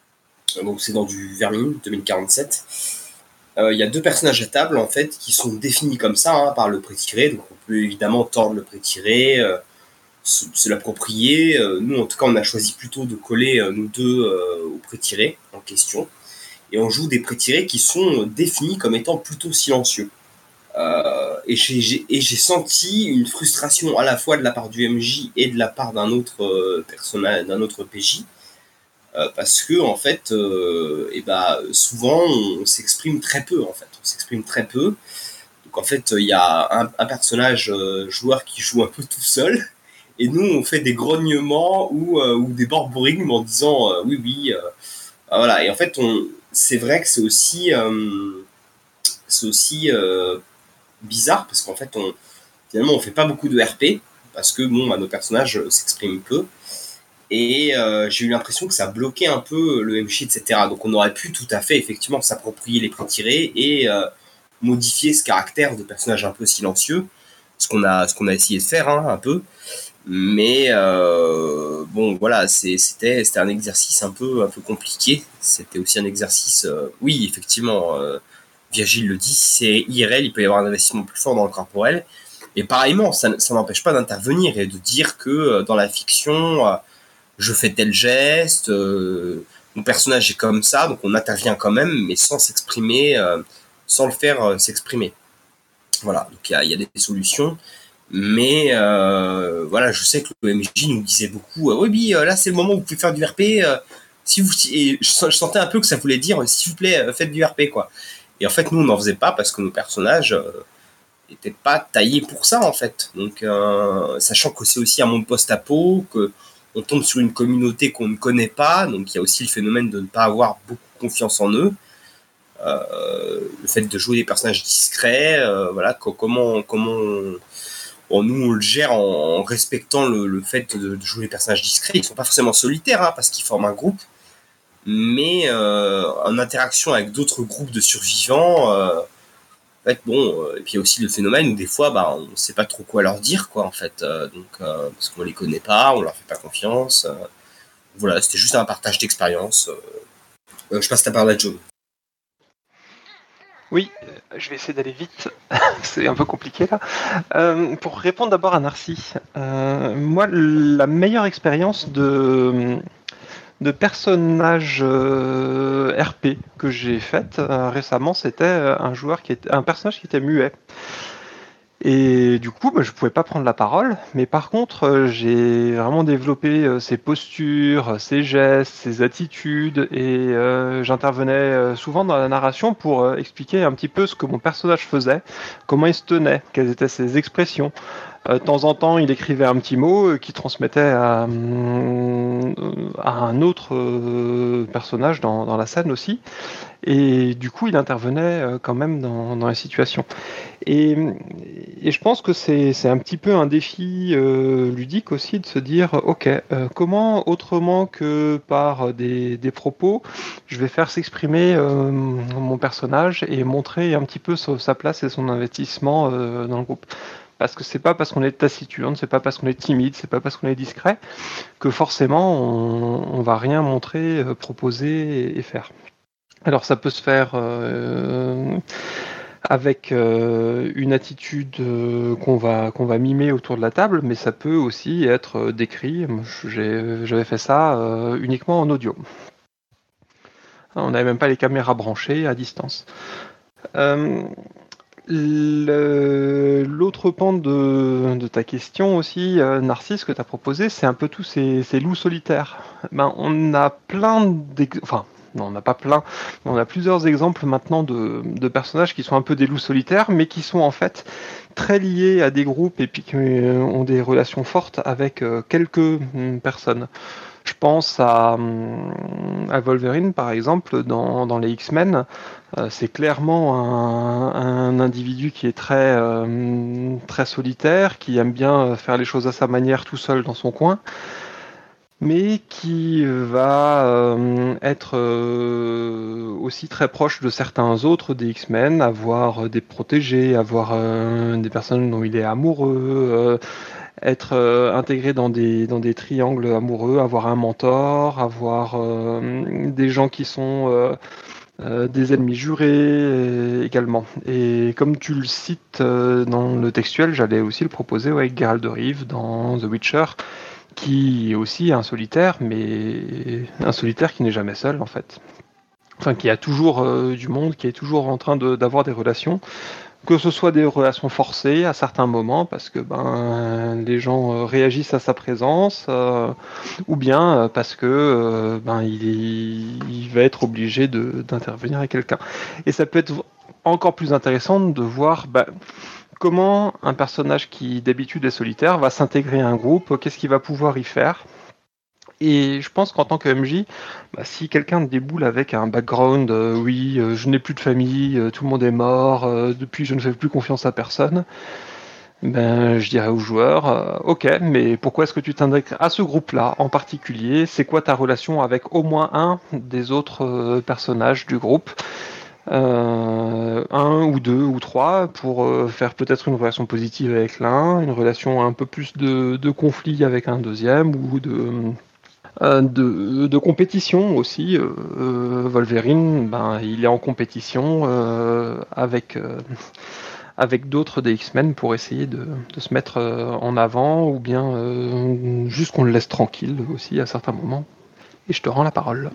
Donc c'est dans du Vermine deux mille quarante-sept. Il euh, y a deux personnages à table en fait qui sont définis comme ça hein, par le pré-tiré. Donc on peut évidemment tordre le pré-tiré, euh, se, se l'approprier. Euh, nous en tout cas on a choisi plutôt de coller euh, nous deux euh, au pré-tiré en question. Et on joue des pré-tirés qui sont définis comme étant plutôt silencieux. Euh, et, j'ai, j'ai, et j'ai senti une frustration à la fois de la part du M J et de la part d'un autre euh, personnage, d'un autre P J. Euh, parce que en fait, euh, et bah, souvent on s'exprime très peu en fait, on s'exprime très peu. Donc en fait, il y a un, un personnage euh, joueur qui joue un peu tout seul, et nous on fait des grognements ou, euh, ou des borborigmes en disant euh, oui oui, euh, voilà. Et en fait, on, c'est vrai que c'est aussi, euh, c'est aussi euh, bizarre parce qu'en fait, on, finalement, on fait pas beaucoup de R P parce que bon, bah, nos personnages s'expriment peu. Et euh, j'ai eu l'impression que ça bloquait un peu le M J, et cetera. Donc on aurait pu tout à fait effectivement s'approprier les pré-tirés et euh, modifier ce caractère de personnage un peu silencieux, ce qu'on a, ce qu'on a essayé de faire hein, un peu. Mais euh, bon, voilà, c'est, c'était, c'était un exercice un peu, un peu compliqué. C'était aussi un exercice, euh, oui, effectivement, euh, Virgile le dit, si c'est I R L, il peut y avoir un investissement plus fort dans le corporel. Et pareillement, ça, ça n'empêche pas d'intervenir et de dire que euh, dans la fiction, euh, je fais tel geste, euh, mon personnage est comme ça, donc on intervient quand même, mais sans s'exprimer, euh, sans le faire euh, s'exprimer. Voilà, donc il y, y a des solutions, mais euh, voilà, je sais que le M J nous disait beaucoup, euh, oui, oui, euh, là c'est le moment où vous pouvez faire du R P, euh, si vous, et je, je sentais un peu que ça voulait dire, s'il vous plaît, euh, faites du R P, quoi. Et en fait, nous, on n'en faisait pas parce que nos personnages n'étaient euh, pas taillés pour ça, en fait. Donc, euh, sachant que c'est aussi un monde post-apo, que on tombe sur une communauté qu'on ne connaît pas, donc il y a aussi le phénomène de ne pas avoir beaucoup confiance en eux. Euh, le fait de jouer des personnages discrets, euh, voilà, comment, comment on, bon, nous on le gère en, en respectant le, le fait de, de jouer des personnages discrets. Ils ne sont pas forcément solitaires hein, parce qu'ils forment un groupe, mais euh, en interaction avec d'autres groupes de survivants. Euh, En fait, bon, et puis il y a aussi le phénomène où des fois, bah, on ne sait pas trop quoi leur dire, quoi, en fait, euh, donc euh, parce qu'on les connaît pas, on leur fait pas confiance. Euh, voilà, c'était juste un partage d'expérience. Euh, Euh, je passe la parole à John. Oui, euh, je vais essayer d'aller vite. C'est un peu compliqué là. Euh, pour répondre d'abord à Narcy, euh, moi, la meilleure expérience de, de personnage euh, R P que j'ai faite euh, récemment, c'était un joueur qui était un personnage qui était muet. Et du coup, bah, je pouvais pas prendre la parole, mais par contre, euh, j'ai vraiment développé euh, ses postures, ses gestes, ses attitudes, et euh, j'intervenais euh, souvent dans la narration pour euh, expliquer un petit peu ce que mon personnage faisait, comment il se tenait, quelles étaient ses expressions. Euh, de temps en temps, il écrivait un petit mot euh, qui transmettait à, euh, à un autre euh, personnage dans, dans la scène aussi, et du coup, il intervenait euh, quand même dans, dans la situation. Et, et je pense que c'est c'est un petit peu un défi euh, ludique aussi de se dire, ok, euh, comment autrement que par des, des propos, je vais faire s'exprimer euh, mon personnage et montrer un petit peu sa, sa place et son investissement euh, dans le groupe. Parce que c'est pas parce qu'on est taciturne, c'est pas parce qu'on est timide, c'est pas parce qu'on est discret que forcément on, on va rien montrer, euh, proposer et, et faire. Alors ça peut se faire euh, avec euh, une attitude euh, qu'on va, qu'on va mimer autour de la table, mais ça peut aussi être euh, décrit. J'ai, j'avais fait ça euh, uniquement en audio. On n'avait même pas les caméras branchées à distance. Euh, le, l'autre pan de, de ta question aussi, euh, Narcisse, que tu as proposé, c'est un peu tous ces, ces loups solitaires. Ben, on a plein d'exemples. Enfin, non, on n'a pas plein, mais on a plusieurs exemples maintenant de, de personnages qui sont un peu des loups solitaires, mais qui sont en fait très liés à des groupes et puis qui euh, ont des relations fortes avec euh, quelques mm, personnes. Je pense à, à Wolverine, par exemple, dans, dans les X-Men. Euh, c'est clairement un, un individu qui est très, euh, très solitaire, qui aime bien faire les choses à sa manière tout seul dans son coin, mais qui va euh, être euh, aussi très proche de certains autres des X-Men, avoir des protégés, avoir euh, des personnes dont il est amoureux, euh, être euh, intégré dans des, dans des triangles amoureux, avoir un mentor, avoir euh, des gens qui sont euh, euh, des ennemis jurés euh, également. Et comme tu le cites euh, dans le textuel, j'allais aussi le proposer ouais, avec Geralt de Rive dans The Witcher, qui est aussi un solitaire, mais un solitaire qui n'est jamais seul en fait. Enfin, qui a toujours euh, du monde, qui est toujours en train de, d'avoir des relations, que ce soit des relations forcées à certains moments, parce que ben les gens euh, réagissent à sa présence, euh, ou bien euh, parce que euh, ben il, est, il va être obligé de, d'intervenir avec quelqu'un. Et ça peut être encore plus intéressant de voir ben, comment un personnage qui d'habitude est solitaire va s'intégrer à un groupe, qu'est-ce qu'il va pouvoir y faire. Et je pense qu'en tant que M J, bah, si quelqu'un déboule avec un background, euh, oui, euh, je n'ai plus de famille, euh, tout le monde est mort, euh, depuis je ne fais plus confiance à personne, ben je dirais aux joueurs, euh, ok, mais pourquoi est-ce que tu t'intègres à ce groupe-là en particulier? C'est quoi ta relation avec au moins un des autres euh, personnages du groupe? Euh, un ou deux ou trois pour euh, faire peut-être une relation positive avec l'un, une relation un peu plus de, de conflit avec un deuxième ou de euh, de, de compétition aussi. Euh, Wolverine, ben, il est en compétition euh, avec, euh, avec d'autres des X-Men pour essayer de, de se mettre euh, en avant ou bien euh, juste qu'on le laisse tranquille aussi à certains moments. Et je te rends la parole.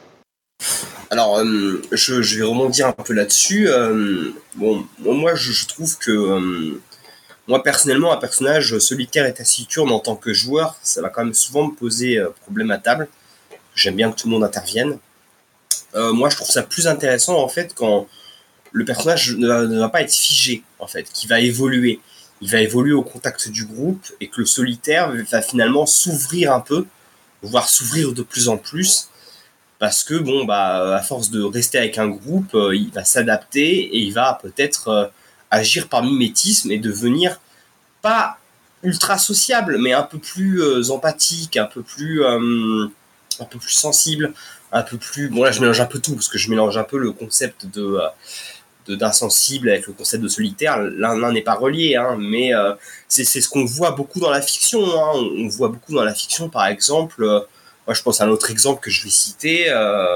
Alors, euh, je, je vais rebondir un peu là-dessus. Euh, bon, moi, je, je trouve que euh, moi, personnellement, un personnage solitaire et taciturne en tant que joueur, ça va quand même souvent me poser euh, problème à table. J'aime bien que tout le monde intervienne. Euh, moi, je trouve ça plus intéressant, en fait, quand le personnage ne va, ne va pas être figé, en fait, qui va évoluer. Il va évoluer au contact du groupe et que le solitaire va finalement s'ouvrir un peu, voire s'ouvrir de plus en plus, parce que, bon, bah, à force de rester avec un groupe, euh, il va s'adapter et il va peut-être euh, agir par mimétisme et devenir pas ultra sociable, mais un peu plus euh, empathique, un peu plus, euh, un peu plus sensible, un peu plus... Bon, là, je mélange un peu tout, parce que je mélange un peu le concept de... Euh, De, d'insensible avec le concept de solitaire, l'un, l'un n'est pas relié, hein, mais euh, c'est, c'est ce qu'on voit beaucoup dans la fiction. Hein. On, on voit beaucoup dans la fiction, par exemple, euh, moi je pense à un autre exemple que je vais citer, euh,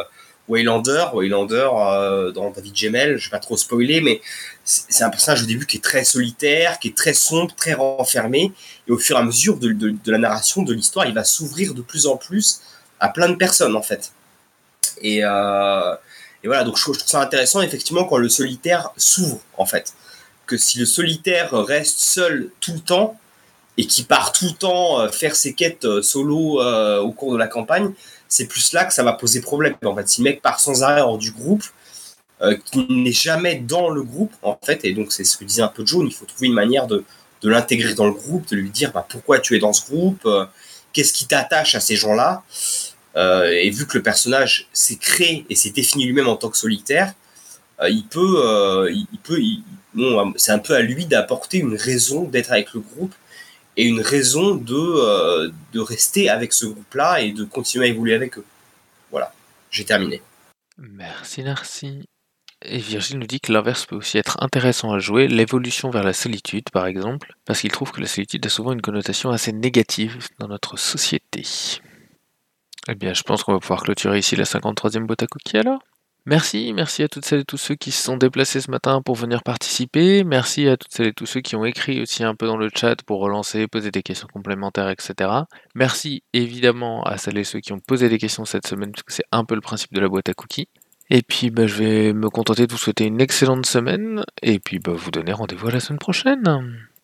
Waylander, Waylander euh, dans David Gemmell, je vais pas trop spoiler, mais c'est un personnage au début qui est très solitaire, qui est très sombre, très renfermé, et au fur et à mesure de, de, de la narration, de l'histoire, il va s'ouvrir de plus en plus à plein de personnes en fait. Et, euh, et voilà, donc je, je trouve ça intéressant effectivement quand le solitaire s'ouvre en fait. Que si le solitaire reste seul tout le temps et qui part tout le temps faire ses quêtes solo euh, au cours de la campagne, c'est plus là que ça va poser problème. En fait, si le mec part sans arrêt hors du groupe, euh, qui n'est jamais dans le groupe, en fait, et donc c'est ce que disait un peu John, il faut trouver une manière de, de l'intégrer dans le groupe, de lui dire bah, pourquoi tu es dans ce groupe, euh, qu'est-ce qui t'attache à ces gens-là, euh, et vu que le personnage s'est créé et s'est défini lui-même en tant que solitaire, euh, il peut, euh, il, il peut, il, bon, c'est un peu à lui d'apporter une raison d'être avec le groupe et une raison de, euh, de rester avec ce groupe-là et de continuer à évoluer avec eux. Voilà, j'ai terminé. Merci Narcy. Et Virgile nous dit que l'inverse peut aussi être intéressant à jouer, l'évolution vers la solitude par exemple, parce qu'il trouve que la solitude a souvent une connotation assez négative dans notre société. Eh bien, je pense qu'on va pouvoir clôturer ici la cinquante-troisième boîte à cookies alors. Merci, merci à toutes celles et tous ceux qui se sont déplacés ce matin pour venir participer. Merci à toutes celles et tous ceux qui ont écrit aussi un peu dans le chat pour relancer, poser des questions complémentaires, et cetera. Merci évidemment à celles et ceux qui ont posé des questions cette semaine, parce que c'est un peu le principe de la boîte à cookies. Et puis bah, je vais me contenter de vous souhaiter une excellente semaine, et puis bah, vous donner rendez-vous à la semaine prochaine.